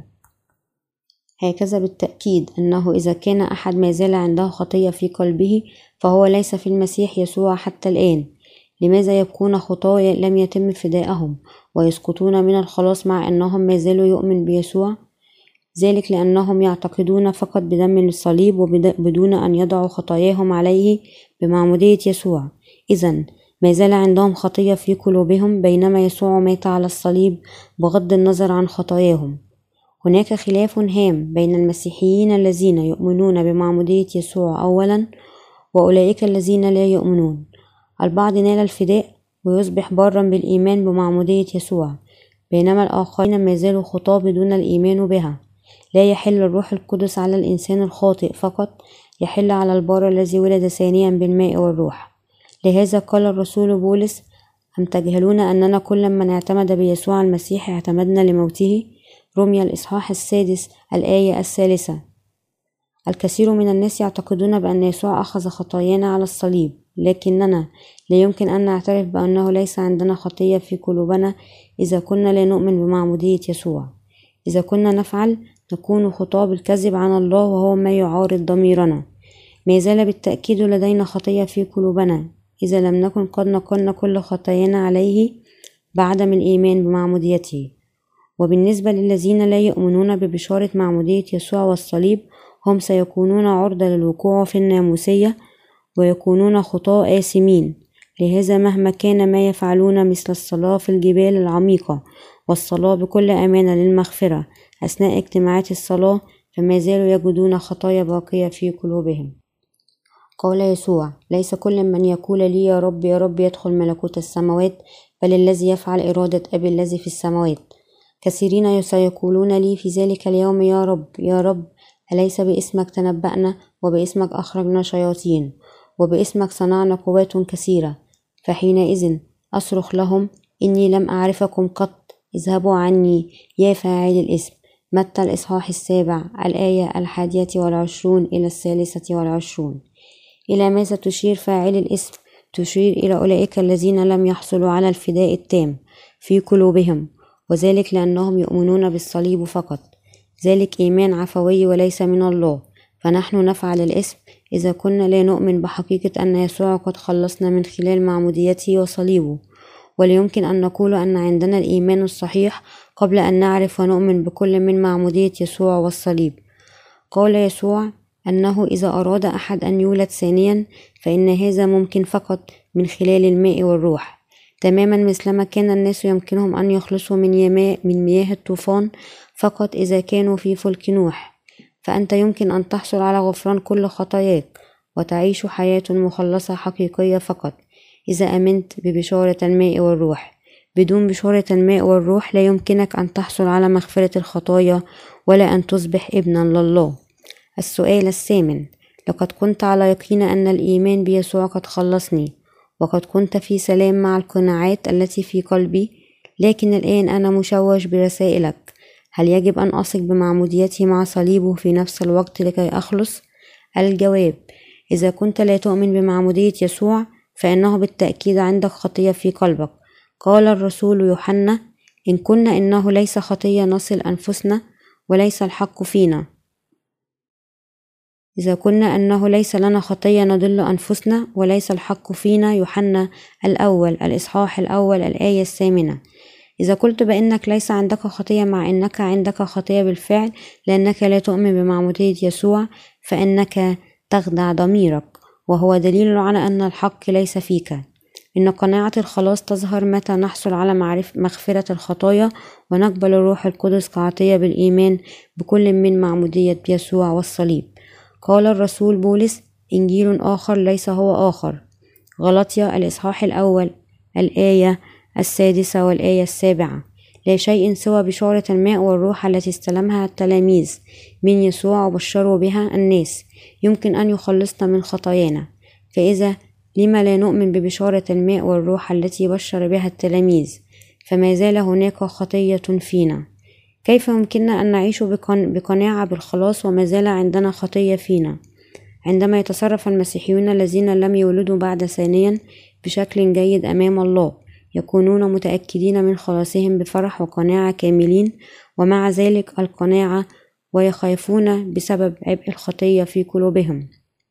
هكذا بالتأكيد أنه إذا كان أحد ما زال عنده خطية في قلبه، فهو ليس في المسيح يسوع حتى الآن. لماذا يبقون خطاة لم يتم فدائهم ويسقطون من الخلاص مع أنهم ما زالوا يؤمن بيسوع؟ ذلك لأنهم يعتقدون فقط بدم الصليب وبدون أن يضعوا خطاياهم عليه بمعمودية يسوع. إذن ما زال عندهم خطية في قلوبهم بينما يسوع مات على الصليب بغض النظر عن خطاياهم. هناك خلاف هام بين المسيحيين الذين يؤمنون بمعمودية يسوع أولا وأولئك الذين لا يؤمنون. البعض نال الفداء ويصبح بارا بالإيمان بمعمودية يسوع، بينما الآخرين ما زالوا خطاة بدون الإيمان بها. لا يحل الروح القدس على الإنسان الخاطئ فقط، يحل على البار الذي ولد ثانيا بالماء والروح. لهذا قال الرسول بولس: أم تجهلون أننا كل من اعتمد بيسوع المسيح اعتمدنا لموته؟ رمي الإصحاح 6 الآية 3. الكثير من الناس يعتقدون بأن يسوع أخذ خطايانا على الصليب، لكننا لا يمكن أن نعترف بأنه ليس عندنا خطية في قلوبنا إذا كنا لا نؤمن بمعمودية يسوع. إذا كنا نفعل، نكون خطاة بالكذب عن الله، وهو ما يعارض ضميرنا. ما زال بالتأكيد لدينا خطية في قلوبنا إذا لم نكن قد نقلنا كل خطايانا عليه بعدم الإيمان بمعموديته. وبالنسبة للذين لا يؤمنون ببشارة معمودية يسوع والصليب، هم سيكونون عرضة للوقوع في الناموسية ويكونون خطاة آثمين. لهذا مهما كان ما يفعلون مثل الصلاة في الجبال العميقة والصلاة بكل أمانة للمغفرة أثناء اجتماعات الصلاة، فما زالوا يجدون خطايا باقية في قلوبهم. قال يسوع: ليس كل من يقول لي يا رب يا رب يدخل ملكوت السماوات، بل الذي يفعل إرادة أبي الذي في السماوات. كثيرين سيقولون لي في ذلك اليوم: يا رب يا رب، أليس باسمك تنبأنا، وباسمك أخرجنا شياطين، وباسمك صنعنا قوات كثيرة؟ فحينئذ أصرخ لهم: إني لم أعرفكم قط، اذهبوا عني يا فاعل الإثم. متى الإصحاح 7 الآية 21 إلى 23. إلى ماذا تشير فاعل الإثم؟ تشير إلى أولئك الذين لم يحصلوا على الفداء التام في قلوبهم، وذلك لأنهم يؤمنون بالصليب فقط. ذلك إيمان عفوي وليس من الله. فنحن نفعل الإثم إذا كنا لا نؤمن بحقيقة أن يسوع قد خلصنا من خلال معموديته وصليبه. ولا يمكن أن نقول أن عندنا الإيمان الصحيح قبل أن نعرف ونؤمن بكل من معمودية يسوع والصليب. قال يسوع أنه إذا أراد أحد أن يولد ثانيا، فإن هذا ممكن فقط من خلال الماء والروح، تماما مثلما كان الناس يمكنهم أن يخلصوا من مياه الطوفان فقط إذا كانوا في فلك نوح. فأنت يمكن أن تحصل على غفران كل خطاياك وتعيش حياة مخلصة حقيقية فقط إذا أمنت ببشارة الماء والروح. بدون بشارة الماء والروح لا يمكنك أن تحصل على مغفرة الخطايا ولا أن تصبح ابنا لله. السؤال 8: لقد كنت على يقين أن الإيمان بيسوع قد خلصني، وقد كنت في سلام مع القناعات التي في قلبي، لكن الآن أنا مشوش برسائلك. هل يجب أن أثق بمعموديته مع صليبه في نفس الوقت لكي أخلص؟ الجواب: إذا كنت لا تؤمن بمعمودية يسوع، فإنه بالتأكيد عندك خطية في قلبك. قال الرسول يوحنا: إن كنا إنه ليس خطية نصل أنفسنا وليس الحق فينا. إذا كنا أنه ليس لنا خطية نضل أنفسنا وليس الحق فينا. يوحنا الأول الإصحاح الأول الآية 8. إذا قلت بأنك ليس عندك خطية مع أنك عندك خطية بالفعل لأنك لا تؤمن بمعمودية يسوع فإنك تخدع ضميرك، وهو دليل على أن الحق ليس فيك. إن قناعة الخلاص تظهر متى نحصل على مغفرة الخطايا ونقبل الروح القدس كعطية بالإيمان بكل من معمودية يسوع والصليب. قال الرسول بولس: إنجيل آخر ليس هو آخر. غلاطيا الإصحاح الأول الآية 6 والآية 7. لا شيء سوى بشارة الماء والروح التي استلمها التلاميذ من يسوع وبشروا بها الناس يمكن أن يخلصنا من خطايانا. فإذا لما لا نؤمن ببشارة الماء والروح التي بشر بها التلاميذ؟ فما زال هناك خطية فينا. كيف يمكننا أن نعيش بقناعة بالخلاص وما زال عندنا خطية فينا؟ عندما يتصرف المسيحيون الذين لم يولدوا بعد ثانيا بشكل جيد أمام الله يكونون متأكدين من خلاصهم بفرح وقناعة كاملين، ومع ذلك القناعة ويخافون بسبب عبء الخطية في قلوبهم.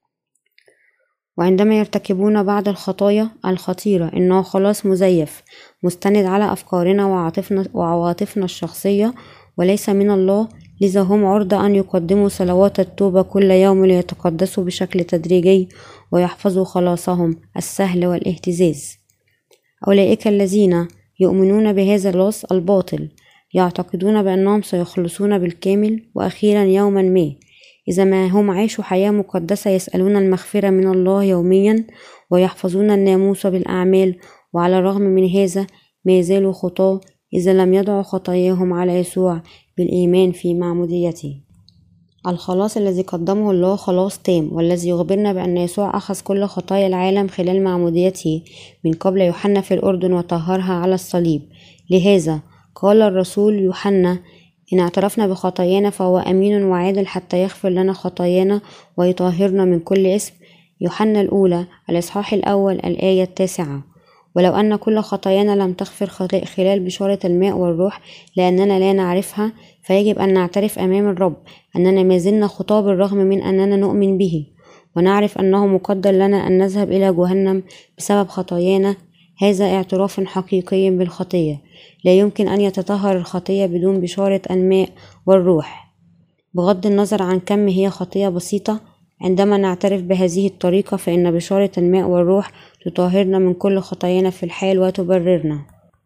وعندما يرتكبون بعض الخطايا الخطيرة إنه خلاص مزيف مستند على أفكارنا وعواطفنا الشخصية وليس من الله، لذا هم عرضة أن يقدموا صلوات التوبة كل يوم ليتقدسوا بشكل تدريجي ويحفظوا خلاصهم السهل والاهتزاز. أولئك الذين يؤمنون بهذا اللص الباطل يعتقدون بأنهم سيخلصون بالكامل، وأخيرا يوما ما إذا ما هم عاشوا حياة مقدسة يسألون المغفرة من الله يوميا ويحفظون الناموس بالأعمال، وعلى الرغم من هذا ما يزالوا خطاة إذا لم يدعوا خطاياهم على يسوع بالإيمان في معموديته. الخلاص الذي قدمه الله خلاص تام، والذي يخبرنا بأن يسوع أخذ كل خطايا العالم خلال معموديته من قبل يوحنا في الأردن وطهرها على الصليب. لهذا قال الرسول يوحنا: إن اعترفنا بخطايانا فهو أمين وعادل حتى يغفر لنا خطايانا ويطهرنا من كل اسم. يوحنا الأولى الإصحاح الأول الآية 9. ولو أن كل خطايانا لم تغفر خلال بشارة الماء والروح لأننا لا نعرفها، فيجب أن نعترف أمام الرب أننا ما زلنا خطاة بالرغم من أننا نؤمن به، ونعرف أنه مقدر لنا أن نذهب إلى جهنم بسبب خطايانا. هذا اعتراف حقيقي بالخطية. لا يمكن أن يتطهر الخطية بدون بشارة الماء والروح. بغض النظر عن كم هي خطية بسيطة، عندما نعترف بهذه الطريقة فإن بشارة الماء والروح تطهرنا من كل خطايانا في الحال وتبررنا.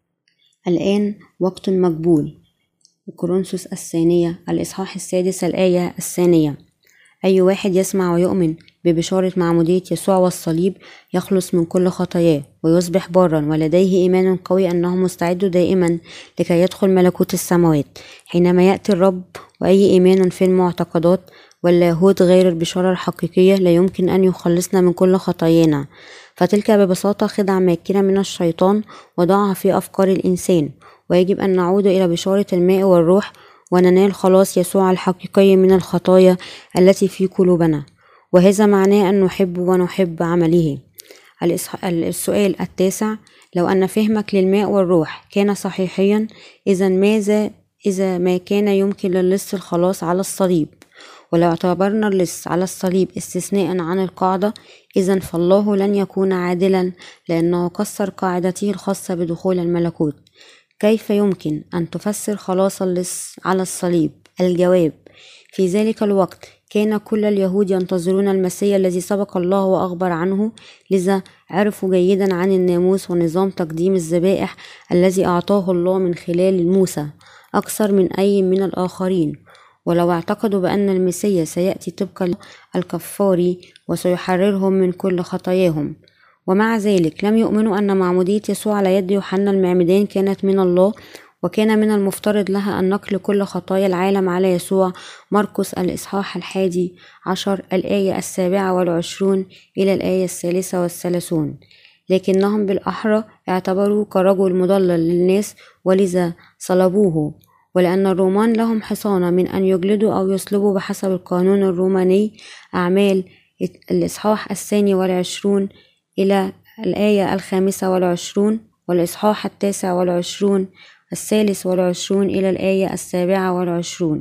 الآن وقت مقبول. كورنثوس الثانية الإصحاح 6 الآية 2. أي واحد يسمع ويؤمن ببشارة معمودية يسوع والصليب يخلص من كل خطاياه ويصبح بارا، ولديه إيمان قوي أنه مستعد دائما لكي يدخل ملكوت السماوات حينما يأتي الرب. وأي إيمان في المعتقدات واللاهوت غير البشارة الحقيقية لا يمكن أن يخلصنا من كل خطايانا، فتلك ببساطة خدعة ماكرة من الشيطان وضعها في أفكار الإنسان. ويجب أن نعود إلى بشارة الماء والروح وننال خلاص يسوع الحقيقي من الخطايا التي في قلوبنا، وهذا معناه أن نحب ونحب عمله. السؤال 9: لو أن فهمك للماء والروح كان صحيحيا، إذا ماذا إذا ما كان يمكن للص الخلاص على الصليب؟ ولو اعتبرنا اللص على الصليب استثناء عن القاعدة، إذا فالله لن يكون عادلا لأنه كسر قاعدته الخاصة بدخول الملكوت. كيف يمكن أن تفسر خلاص اللص على الصليب؟ الجواب: في ذلك الوقت كان كل اليهود ينتظرون المسيح الذي سبق الله وأخبر عنه، لذا عرفوا جيدا عن الناموس ونظام تقديم الذبائح الذي أعطاه الله من خلال موسى أكثر من أي من الآخرين. ولو اعتقدوا بأن المسيح سيأتي طبق الكفاري وسيحررهم من كل خطاياهم، ومع ذلك لم يؤمنوا أن معمودية يسوع على يد يوحنا المعمدان كانت من الله، وكان من المفترض لها أن نقل كل خطايا العالم على يسوع. مرقس الإصحاح 11 الآية 27 إلى الآية 33. لكنهم بالأحرى اعتبروا كرجل مضلل للناس ولذا صلبوه. ولأن الرومان لهم حصانة من أن يجلدوا أو يصلبوا بحسب القانون الروماني. أعمال الإصحاح 22 إلى الآية 25 والإصحاح 29 23 إلى الآية 27.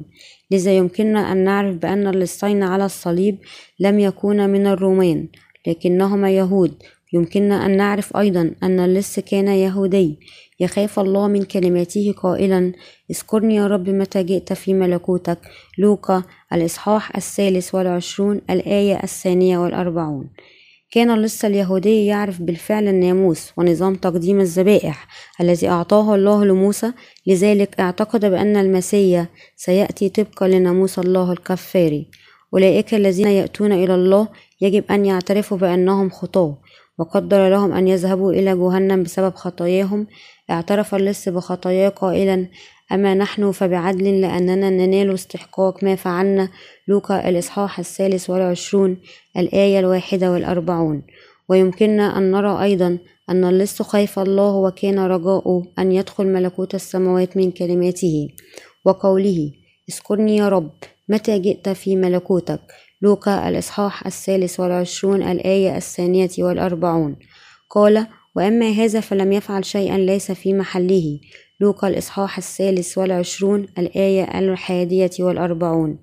لذا يمكننا أن نعرف بأن اللصين على الصليب لم يكونا من الرومان لكنهما يهود. يمكننا أن نعرف أيضا أن اللص كان يهودي يخاف الله من كلماته قائلا اذكرني يا رب متى جئت في ملكوتك. لوقا الإصحاح 23 الآية 42. كان اللص اليهودي يعرف بالفعل الناموس ونظام تقديم الذبائح الذي أعطاه الله لموسى، لذلك اعتقد بأن المسيح سيأتي طبقا لناموس الله الكفاري. أولئك الذين يأتون إلى الله يجب أن يعترفوا بأنهم خطاة وقدر لهم أن يذهبوا إلى جهنم بسبب خطاياهم. اعترف اللص بخطاياه قائلا أما نحن فبعدل لأننا ننال استحقاق ما فعلنا. لوقا الإصحاح 23 الآية 41. ويمكننا أن نرى أيضا أن اللص خاف الله وكان رجاؤه أن يدخل ملكوت السماوات من كلماته وقوله اذكرني يا رب متى جئت في ملكوتك. لوقا الإصحاح 23 الآية 42. قال وأما هذا فلم يفعل شيئا ليس في محله. لوقا الإصحاح 23 الآية 41.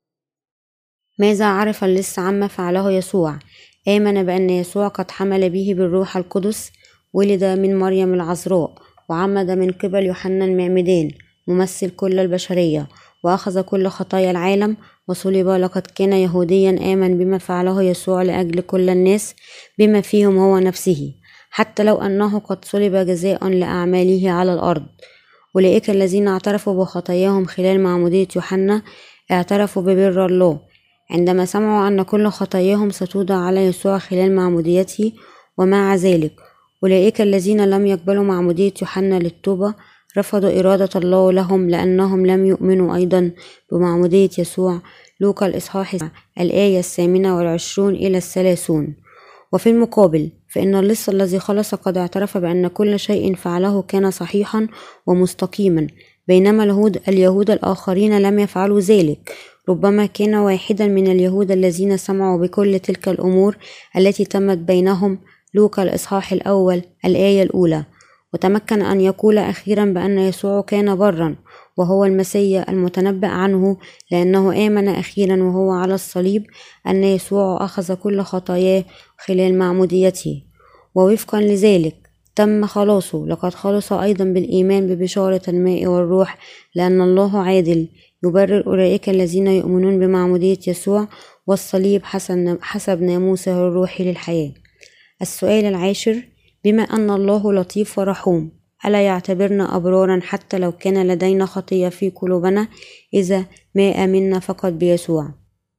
ماذا عرف اللص عما فعله يسوع؟ آمن بأن يسوع قد حمل به بالروح القدس، ولد من مريم العذراء، وعمد من قبل يوحنا المعمدان ممثل كل البشرية، وأخذ كل خطايا العالم وصلب. لقد كان يهوديا آمن بما فعله يسوع لأجل كل الناس بما فيهم هو نفسه، حتى لو أنه قد صلب جزاء لأعماله على الأرض. أولئك الذين اعترفوا بخطاياهم خلال معمودية يوحنا اعترفوا ببر الله عندما سمعوا أن كل خطاياهم ستوضع على يسوع خلال معموديته. ومع ذلك أولئك الذين لم يقبلوا معمودية يوحنا للتوبة رفضوا إرادة الله لهم لأنهم لم يؤمنوا أيضا بمعمودية يسوع. لوقا الإصحاح الآية 28 إلى 30. وفي المقابل فإن اللص الذي خلص قد اعترف بأن كل شيء فعله كان صحيحا ومستقيما، بينما اليهود الآخرين لم يفعلوا ذلك. ربما كان واحدا من اليهود الذين سمعوا بكل تلك الأمور التي تمت بينهم. لوقا الإصحاح الأول الآية الأولى. وتمكن أن يقول أخيرا بأن يسوع كان برا وهو المسيح المتنبأ عنه، لأنه آمن أخيرا وهو على الصليب أن يسوع أخذ كل خطاياه خلال معموديته، ووفقا لذلك تم خلاصه. لقد خلص أيضا بالإيمان ببشارة الماء والروح، لأن الله عادل يبرر أولئك الذين يؤمنون بمعمودية يسوع والصليب حسب ناموسه الروحي للحياة. السؤال 10: بما أن الله لطيف ورحوم، ألا يعتبرنا أبرارا حتى لو كان لدينا خطية في قلوبنا إذا ما آمنا فقط بيسوع؟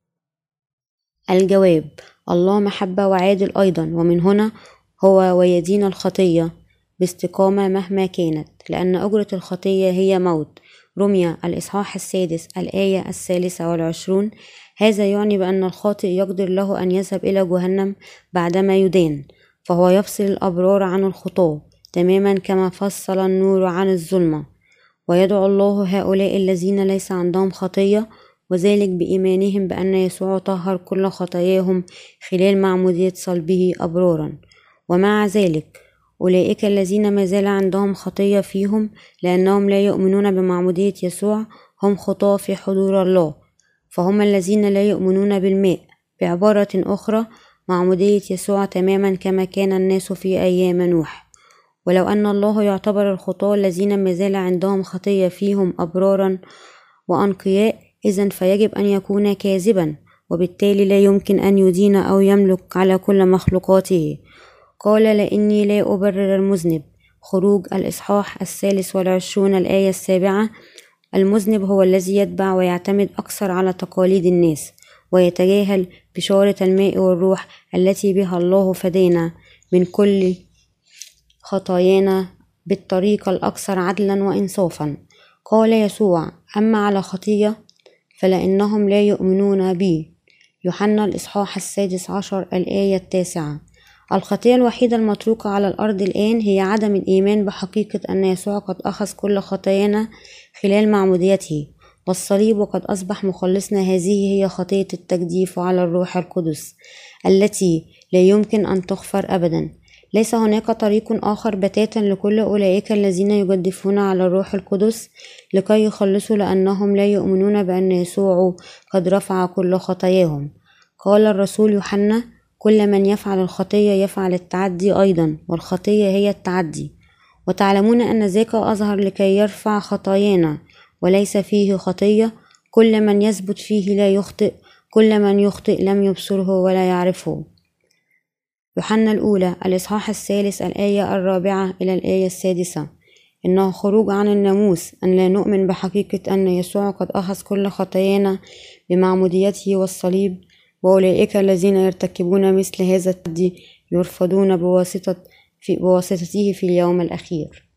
الجواب: الله محبة وعادل أيضا، ومن هنا هو ويدين الخطية باستقامة مهما كانت، لأن أجرة الخطية هي موت. رمية الإصحاح 6 الآية 23. هذا يعني بأن الخاطئ يقدر له أن يذهب إلى جهنم بعدما يدان، فهو يفصل الأبرار عن الخطاة تماما كما فصل النور عن الظلمة. ويدعو الله هؤلاء الذين ليس عندهم خطية، وذلك بإيمانهم بأن يسوع طهر كل خطاياهم خلال معمودية صلبه أبرارا. ومع ذلك أولئك الذين ما زال عندهم خطية فيهم لأنهم لا يؤمنون بمعمودية يسوع هم خطاة في حضور الله، فهم الذين لا يؤمنون بالماء. بعبارة أخرى، معمودية يسوع تماما كما كان الناس في أيام نوح. ولو أن الله يعتبر الخطاة الذين ما زال عندهم خطية فيهم أبرارا وأنقياء، إذن فيجب أن يكون كاذبا، وبالتالي لا يمكن أن يدين أو يملك على كل مخلوقاته. قال لإني لا أبرر المذنب. خروج الإصحاح 23 الآية 7. المذنب هو الذي يتبع ويعتمد أكثر على تقاليد الناس ويتجاهل بشارة الماء والروح التي بها الله فدانا من كل خطايانا بالطريقة الأكثر عدلا وإنصافا. قال يسوع: أما على خطية فلأنهم لا يؤمنون بي. يوحنا الإصحاح 16 الآية 9. الخطية الوحيدة المتروكة على الأرض الآن هي عدم الإيمان بحقيقة أن يسوع قد أخذ كل خطايانا خلال معموديته والصليب وقد أصبح مخلصنا. هذه هي خطية التجديف على الروح القدس التي لا يمكن أن تغفر أبدا، ليس هناك طريق آخر بتاتا لكل أولئك الذين يجدفون على الروح القدس لكي يخلصوا، لأنهم لا يؤمنون بأن يسوع قد رفع كل خطاياهم. قال الرسول يوحنا: كل من يفعل الخطية يفعل التعدي أيضا، والخطية هي التعدي، وتعلمون أن ذاك أظهر لكي يرفع خطايانا، وليس فيه خطية. كل من يثبت فيه لا يخطئ، كل من يخطئ لم يبصره ولا يعرفه. يوحنا الأولى الإصحاح 3 الآية 4 إلى الآية 6. إنه خروج عن الناموس أن لا نؤمن بحقيقة أن يسوع قد أخذ كل خطايانا بمعموديته والصليب، وأولئك الذين يرتكبون مثل هذا التعدي يرفضون بواسطته في اليوم الأخير.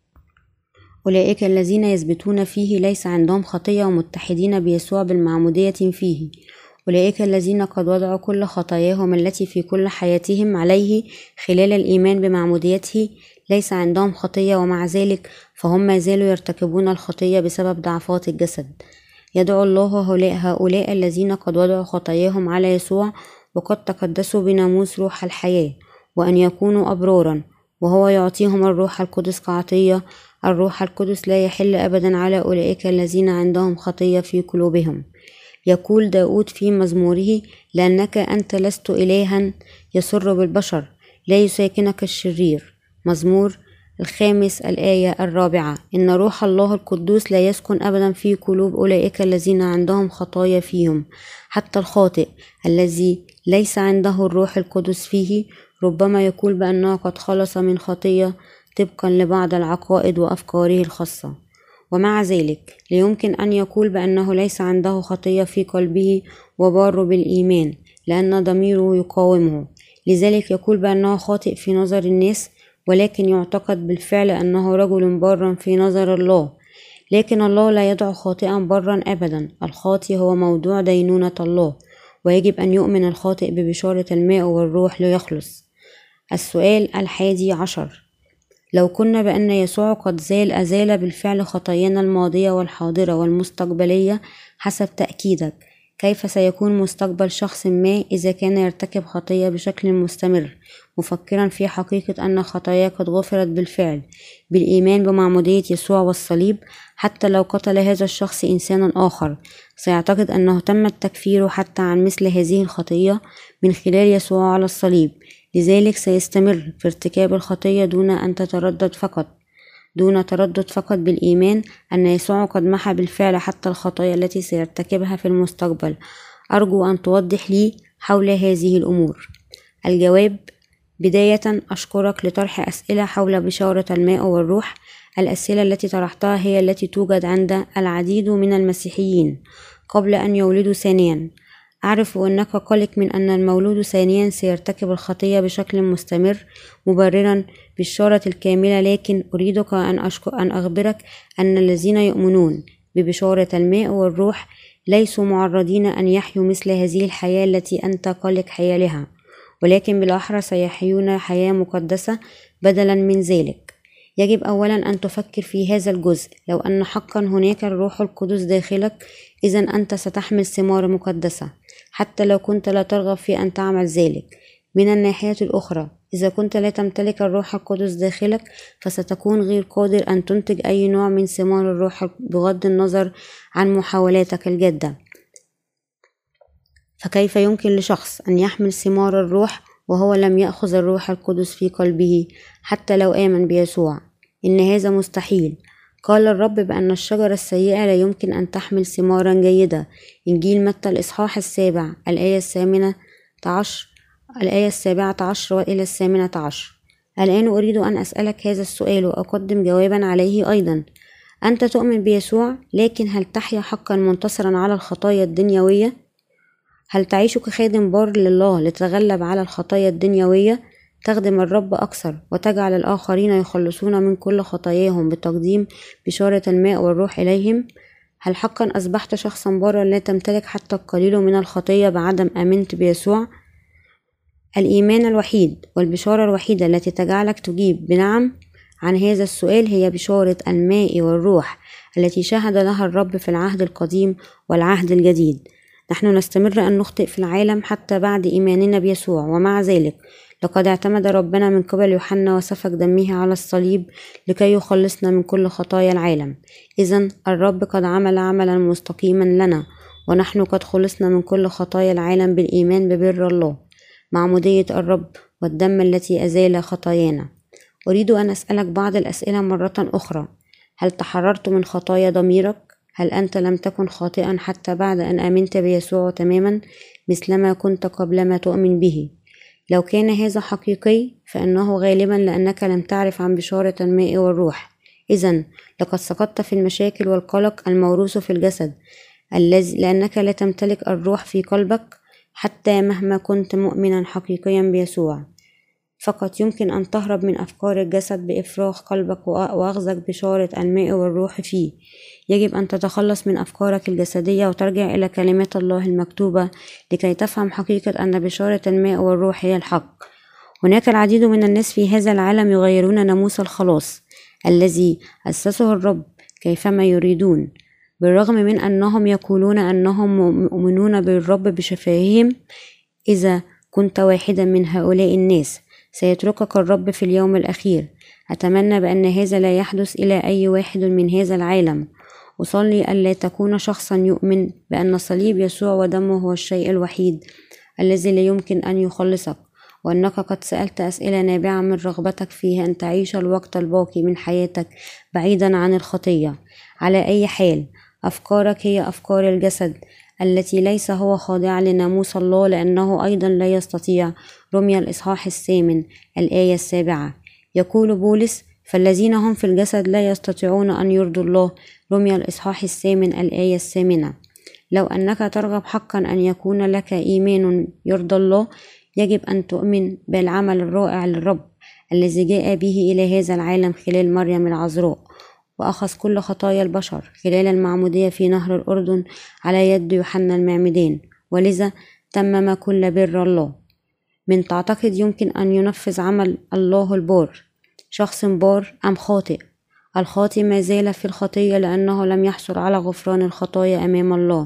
أولئك الذين يثبتون فيه ليس عندهم خطية ومتحدين بيسوع بالمعمودية فيه، أولئك الذين قد وضعوا كل خطاياهم التي في كل حياتهم عليه خلال الإيمان بمعموديته ليس عندهم خطية، ومع ذلك فهم ما زالوا يرتكبون الخطية بسبب ضعفات الجسد. يدعو الله هؤلاء الذين قد وضعوا خطاياهم على يسوع وقد تقدسوا بناموس روح الحياة وأن يكونوا أبرارا، وهو يعطيهم الروح القدس كعطية. الروح القدس لا يحل أبدا على أولئك الذين عندهم خطية في قلوبهم. يقول داود في مزموره: لأنك أنت لست إلها يسر بالبشر، لا يساكنك الشرير. مزمور 5 الآية 4. إن روح الله القدوس لا يسكن أبدا في قلوب أولئك الذين عندهم خطايا فيهم. حتى الخاطئ الذي ليس عنده الروح القدس فيه ربما يقول بأنه قد خلص من خطية طبقا لبعض العقائد وأفكاره الخاصة، ومع ذلك لا يمكن أن يقول بأنه ليس عنده خطية في قلبه وبار بالإيمان، لأن ضميره يقاومه. لذلك يقول بأنه خاطئ في نظر الناس، ولكن يعتقد بالفعل أنه رجل بار في نظر الله. لكن الله لا يدعو خاطئا برا أبدا. الخاطئ هو موضوع دينونة الله، ويجب أن يؤمن الخاطئ ببشارة الماء والروح ليخلص. السؤال 11: لو كنا بأن يسوع قد أزال بالفعل خطايانا الماضية والحاضرة والمستقبلية حسب تأكيدك، كيف سيكون مستقبل شخص ما إذا كان يرتكب خطية بشكل مستمر، مفكرا في حقيقة أن خطاياه قد غفرت بالفعل بالإيمان بمعمودية يسوع والصليب؟ حتى لو قتل هذا الشخص إنسانا آخر، سيعتقد أنه تم تكفيره حتى عن مثل هذه الخطية من خلال يسوع على الصليب. لذلك سيستمر في ارتكاب الخطية دون تردد فقط بالإيمان أن يسوع قد محى بالفعل حتى الخطايا التي سيرتكبها في المستقبل. أرجو أن توضح لي حول هذه الأمور. الجواب: بداية أشكرك لطرح أسئلة حول بشارة الماء والروح. الأسئلة التي طرحتها هي التي توجد عند العديد من المسيحيين قبل أن يولدوا ثانيا. أعرف أنك قلق من أن المولود ثانيا سيرتكب الخطية بشكل مستمر مبررا بالشارة الكاملة، لكن أريدك أن أخبرك أن الذين يؤمنون ببشارة الماء والروح ليسوا معرضين أن يحيوا مثل هذه الحياة التي أنت قلق حيالها، ولكن بالأحرى سيحيون حياة مقدسة بدلا من ذلك. يجب أولا أن تفكر في هذا الجزء: لو أن حقا هناك الروح القدس داخلك، إذن أنت ستحمل ثمار مقدسة حتى لو كنت لا ترغب في أن تعمل ذلك. من الناحية الأخرى، إذا كنت لا تمتلك الروح القدس داخلك، فستكون غير قادر أن تنتج أي نوع من ثمار الروح بغض النظر عن محاولاتك الجادة. فكيف يمكن لشخص أن يحمل ثمار الروح وهو لم يأخذ الروح القدس في قلبه حتى لو آمن بيسوع؟ إن هذا مستحيل. قال الرب بأن الشجرة السيئة لا يمكن أن تحمل ثمارا جيدة. إنجيل متى الإصحاح 7 الآية 17 وإلى 18. الآن أريد أن أسألك هذا السؤال وأقدم جوابا عليه أيضا. أنت تؤمن بيسوع، لكن هل تحيا حقا منتصرا على الخطايا الدنيوية؟ هل تعيش كخادم بار لله لتتغلب على الخطايا الدنيوية، تخدم الرب أكثر وتجعل الآخرين يخلصون من كل خطاياهم بتقديم بشارة الماء والروح إليهم؟ هل حقا أصبحت شخصا بارا لا تمتلك حتى القليل من الخطية بعدم آمنت بيسوع؟ الإيمان الوحيد والبشارة الوحيدة التي تجعلك تجيب بنعم عن هذا السؤال هي بشارة الماء والروح التي شهد لها الرب في العهد القديم والعهد الجديد. نحن نستمر أن نخطئ في العالم حتى بعد إيماننا بيسوع، ومع ذلك لقد اعتمد ربنا من قبل يوحنا وسفك دمه على الصليب لكي يخلصنا من كل خطايا العالم. إذن الرب قد عمل عملا مستقيما لنا، ونحن قد خلصنا من كل خطايا العالم بالإيمان ببر الله، معمودية الرب والدم التي أزال خطايانا. أريد أن أسألك بعض الأسئلة مرة أخرى. هل تحررت من خطايا ضميرك؟ هل أنت لم تكن خاطئا حتى بعد أن آمنت بيسوع تماما مثلما كنت قبل ما تؤمن به؟ لو كان هذا حقيقي فإنه غالبا لأنك لم تعرف عن بشارة الماء والروح. إذن لقد سقطت في المشاكل والقلق الموروث في الجسد لأنك لا تمتلك الروح في قلبك حتى مهما كنت مؤمنا حقيقيا بيسوع. فقط يمكن أن تهرب من أفكار الجسد بإفراغ قلبك وأخذك بشارة الماء والروح فيه. يجب أن تتخلص من أفكارك الجسدية وترجع إلى كلمات الله المكتوبة لكي تفهم حقيقة أن بشارة الماء والروح هي الحق. هناك العديد من الناس في هذا العالم يغيرون ناموس الخلاص الذي أسسه الرب كيفما يريدون، بالرغم من أنهم يقولون أنهم مؤمنون بالرب بشفاههم. إذا كنت واحدا من هؤلاء الناس سيتركك الرب في اليوم الأخير. أتمنى بأن هذا لا يحدث إلى أي واحد من هذا العالم. أصلي ألا تكون شخصا يؤمن بأن صليب يسوع ودمه هو الشيء الوحيد الذي لا يمكن أن يخلصك، وأنك قد سألت أسئلة نابعة من رغبتك فيها أن تعيش الوقت الباقي من حياتك بعيدا عن الخطية. على أي حال، أفكارك هي أفكار الجسد التي ليس هو خاضعا لناموس الله، لأنه أيضا لا يستطيع. رمية الإصحاح 8 الآية 7 يقول بولس: فالذين هم في الجسد لا يستطيعون أن يرضوا الله. رمية الإصحاح 8 الآية 8. لو أنك ترغب حقا أن يكون لك إيمان يرضى الله، يجب أن تؤمن بالعمل الرائع للرب الذي جاء به إلى هذا العالم خلال مريم العذراء، وأخذ كل خطايا البشر خلال المعمودية في نهر الأردن على يد يوحنا المعمدان، ولذا تمم كل بر الله. من تعتقد يمكن أن ينفذ عمل الله البار شخص بار أم خاطئ؟ الخاطئ ما زال في الخطية لأنه لم يحصل على غفران الخطايا أمام الله.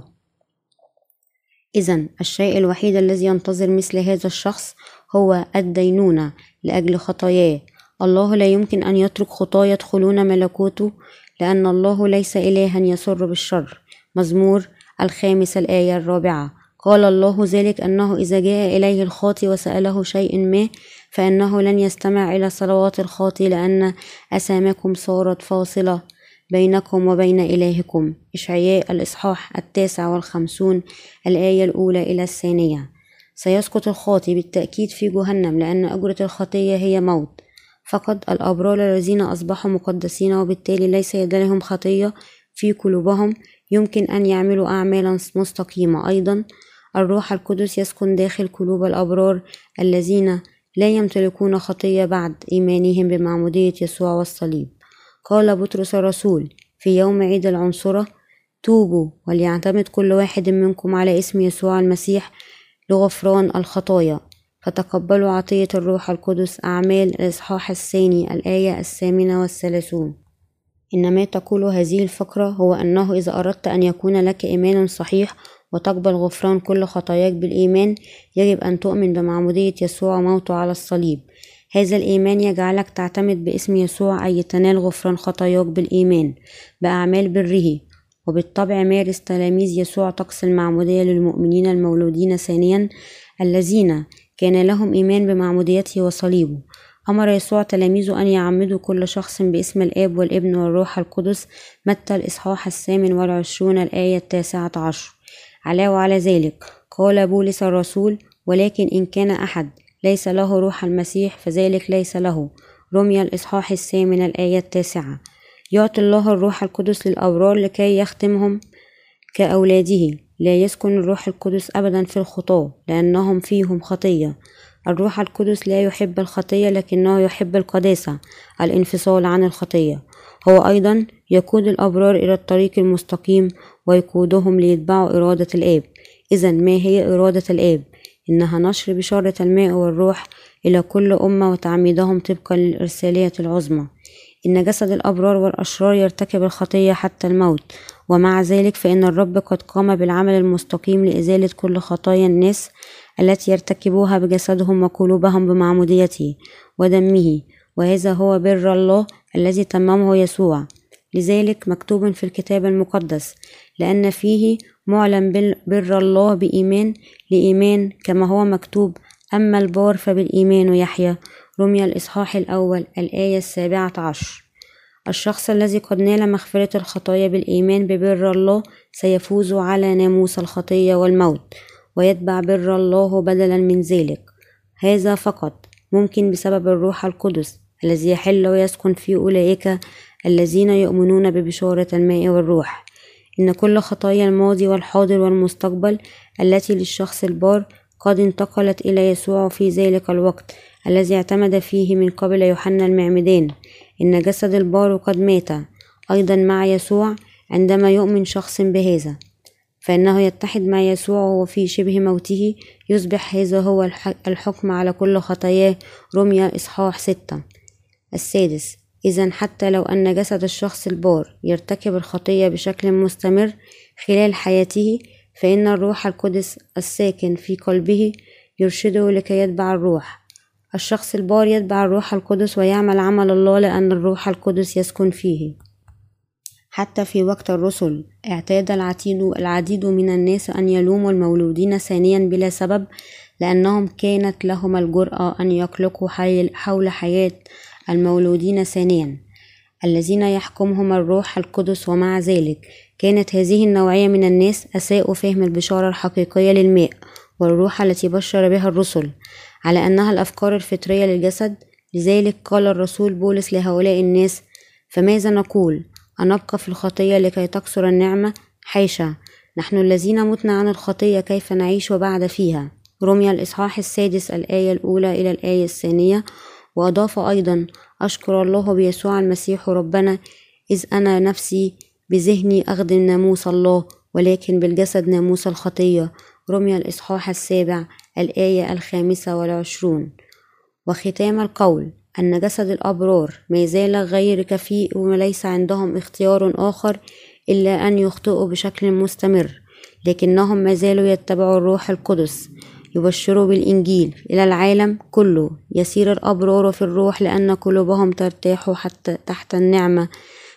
إذن الشيء الوحيد الذي ينتظر مثل هذا الشخص هو الدينونة لأجل خطاياه. الله لا يمكن أن يترك خطايا يدخلون ملكوته، لأن الله ليس إلها يسر بالشر. مزمور 5 الآية 4. قال الله ذلك أنه إذا جاء إليه الخاطي وسأله شيء ما فإنه لن يستمع إلى صلوات الخاطي، لأن أسامكم صارت فاصلة بينكم وبين إلهكم. إشعياء الإصحاح 59 الآية 1 إلى 2. سيسقط الخاطي بالتأكيد في جهنم، لأن أجرة الخطية هي موت. فقط الأبرار الذين أصبحوا مقدسين وبالتالي ليس لديهم خطية في قلوبهم يمكن أن يعملوا أعمالا مستقيمة. أيضا الروح القدس يسكن داخل قلوب الأبرار الذين لا يمتلكون خطية بعد إيمانهم بمعمودية يسوع والصليب. قال بطرس الرسول في يوم عيد العنصرة: توبوا وليعتمد كل واحد منكم على اسم يسوع المسيح لغفران الخطايا فتقبلوا عطية الروح القدس. أعمال الإصحاح 2 الآية 38. إن ما تقول هذه الفقرة هو أنه إذا أردت أن يكون لك إيمان صحيح وتقبل غفران كل خطاياك بالإيمان، يجب أن تؤمن بمعمودية يسوع وموته على الصليب. هذا الإيمان يجعلك تعتمد باسم يسوع أي تنال غفران خطاياك بالإيمان بأعمال بره. وبالطبع مارس تلاميذ يسوع طقس المعمودية للمؤمنين المولودين ثانيا الذين كان لهم إيمان بمعموديته وصليبه. أمر يسوع تلاميذه أن يعمدوا كل شخص باسم الآب والابن والروح القدس. متى الإصحاح 28 الآية 19. علاوة على ذلك قال بولس الرسول: ولكن إن كان أحد ليس له روح المسيح فذلك ليس له. رمية الإصحاح 8 الآية 9. يعطي الله الروح القدس للأبرار لكي يختمهم كأولاده. لا يسكن الروح القدس أبدا في الخطاة لأنهم فيهم خطية. الروح القدس لا يحب الخطية لكنه يحب القداسة، الانفصال عن الخطية. هو أيضا يقود الأبرار إلى الطريق المستقيم ويقودهم ليتبعوا إرادة الآب. إذن ما هي إرادة الآب؟ إنها نشر بشارة الماء والروح إلى كل أمة وتعميدهم طبقا للإرسالية العظمى. إن جسد الأبرار والأشرار يرتكب الخطية حتى الموت، ومع ذلك فإن الرب قد قام بالعمل المستقيم لإزالة كل خطايا الناس التي يرتكبوها بجسدهم وقلوبهم بمعموديته ودمه، وهذا هو بر الله الذي تممه يسوع. لذلك مكتوب في الكتاب المقدس: لأن فيه معلن بر الله بإيمان لإيمان، كما هو مكتوب: أما البار فبالإيمان يحيى. رمية الإصحاح الأول الآية 17. الشخص الذي قد نال مغفرة الخطايا بالإيمان ببر الله سيفوز على ناموس الخطية والموت، ويتبع بر الله بدلا من ذلك. هذا فقط ممكن بسبب الروح القدس الذي يحل ويسكن في أولئك الذين يؤمنون ببشارة الماء والروح. إن كل خطايا الماضي والحاضر والمستقبل التي للشخص البار قد انتقلت إلى يسوع في ذلك الوقت الذي اعتمد فيه من قبل يوحنا المعمدان. إن جسد البار قد مات أيضا مع يسوع عندما يؤمن شخص بهذا، فإنه يتحد مع يسوع وفي شبه موته يصبح هذا هو الحكم على كل خطاياه. رمية إصحاح 6 السادس. إذن حتى لو أن جسد الشخص البار يرتكب الخطية بشكل مستمر خلال حياته، فإن الروح القدس الساكن في قلبه يرشده لكي يتبع الروح. الشخص البار يتبع الروح القدس ويعمل عمل الله لأن الروح القدس يسكن فيه. حتى في وقت الرسل اعتاد العديد من الناس أن يلوموا المولودين ثانيا بلا سبب، لأنهم كانت لهم الجرأة أن يقلقوا حول حياة المولودين ثانيا الذين يحكمهم الروح القدس. ومع ذلك كانت هذه النوعية من الناس أساءوا فهم البشارة الحقيقية للماء والروح التي بشر بها الرسل على أنها الأفكار الفطرية للجسد. لذلك قال الرسول بولس لهؤلاء الناس: فماذا نقول؟ أنبقى في الخطية لكي تكثر النعمة؟ حاشا، نحن الذين متنا عن الخطية كيف نعيش بعد فيها؟ رمية الإصحاح 6 الآية الأولى إلى الآية 2. وأضاف أيضا: أشكر الله بيسوع المسيح ربنا، إذ أنا نفسي بذهني أخدم ناموس الله، ولكن بالجسد ناموس الخطية. رمية الإصحاح 7 الآية 25. وختام القول أن جسد الأبرار ما زال غير كفيء، وليس عندهم اختيار آخر إلا أن يخطئوا بشكل مستمر، لكنهم ما زالوا يتبعوا الروح القدس يبشروا بالإنجيل إلى العالم كله. يسير الأبرار في الروح لأن قلوبهم ترتاح حتى تحت النعمة.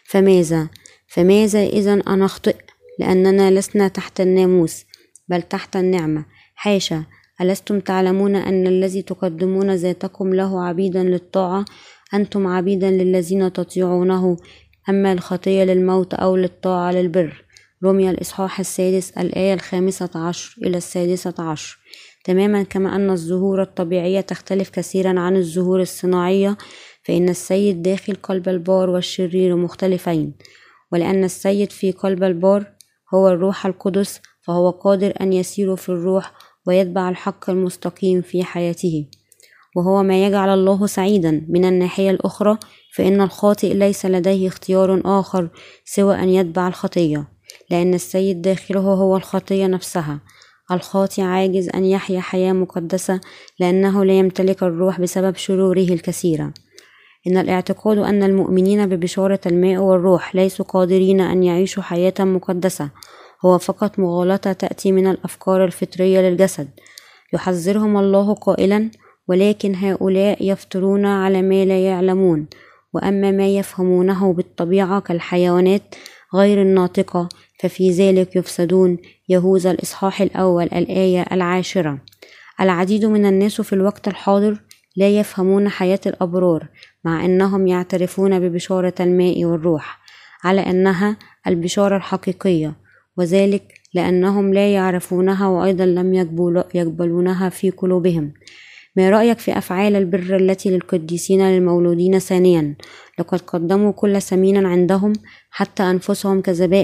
فماذا إذن أن نخطئ؟ لأننا لسنا تحت الناموس بل تحت النعمة. حاشا، ألستم تعلمون أن الذي تقدمون ذاتكم له عبيدا للطاعة أنتم عبيدا للذين تطيعونه، أما الخطية للموت أو للطاعة للبر. رمية الإصحاح 6 الآية 15 إلى 16. تماما كما أن الظهور الطبيعية تختلف كثيرا عن الظهور الصناعية، فإن السيد داخل قلب البار والشرير مختلفين. ولأن السيد في قلب البار هو الروح القدس، فهو قادر أن يسير في الروح ويتبع الحق المستقيم في حياته، وهو ما يجعل الله سعيدا. من الناحية الأخرى فإن الخاطئ ليس لديه اختيار آخر سوى أن يتبع الخطية، لأن السيد داخله هو الخطية نفسها. الخاطئ عاجز أن يحيا حياة مقدسة لأنه لا يمتلك الروح بسبب شروره الكثيرة. إن الاعتقاد أن المؤمنين ببشارة الماء والروح ليسوا قادرين أن يعيشوا حياة مقدسة هو فقط مغالطة تأتي من الأفكار الفطرية للجسد. يحذرهم الله قائلا: ولكن هؤلاء يفترون على ما لا يعلمون، وأما ما يفهمونه بالطبيعة كالحيوانات غير الناطقة ففي ذلك يفسدون. يهوذا الإصحاح الأول الآية 10. العديد من الناس في الوقت الحاضر لا يفهمون حياة الأبرار، مع أنهم يعترفون ببشارة الماء والروح على أنها البشارة الحقيقية، وذلك لأنهم لا يعرفونها وأيضا لم يقبلونها في قلوبهم. ما رأيك في أفعال البر التي للقديسين للمولودين ثانيا؟ لقد قدموا كل ثمين عندهم حتى أنفسهم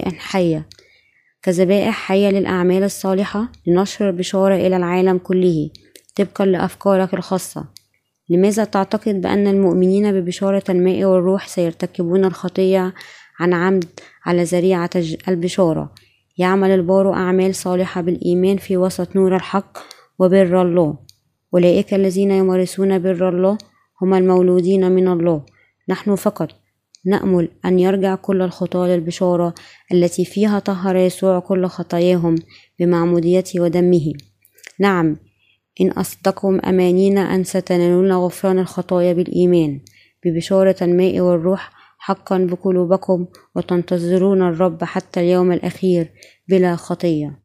كذبائح حية للأعمال الصالحة لنشر البشارة إلى العالم كله طبقا لأفكارك الخاصة. لماذا تعتقد بأن المؤمنين ببشارة الماء والروح سيرتكبون الخطية عن عمد على ذريعة البشارة؟ يعمل البار أعمال صالحة بالإيمان في وسط نور الحق وبر الله. أولئك الذين يمارسون بر الله هم المولودين من الله. نحن فقط نأمل أن يرجع كل الخطاة للبشارة التي فيها طهر يسوع كل خطاياهم بمعموديته ودمه. نعم، إن أصدقتم أمانينا أن ستنالون غفران الخطايا بالإيمان ببشارة الماء والروح حقا بقلوبكم، وتنتظرون الرب حتى اليوم الأخير بلا خطية.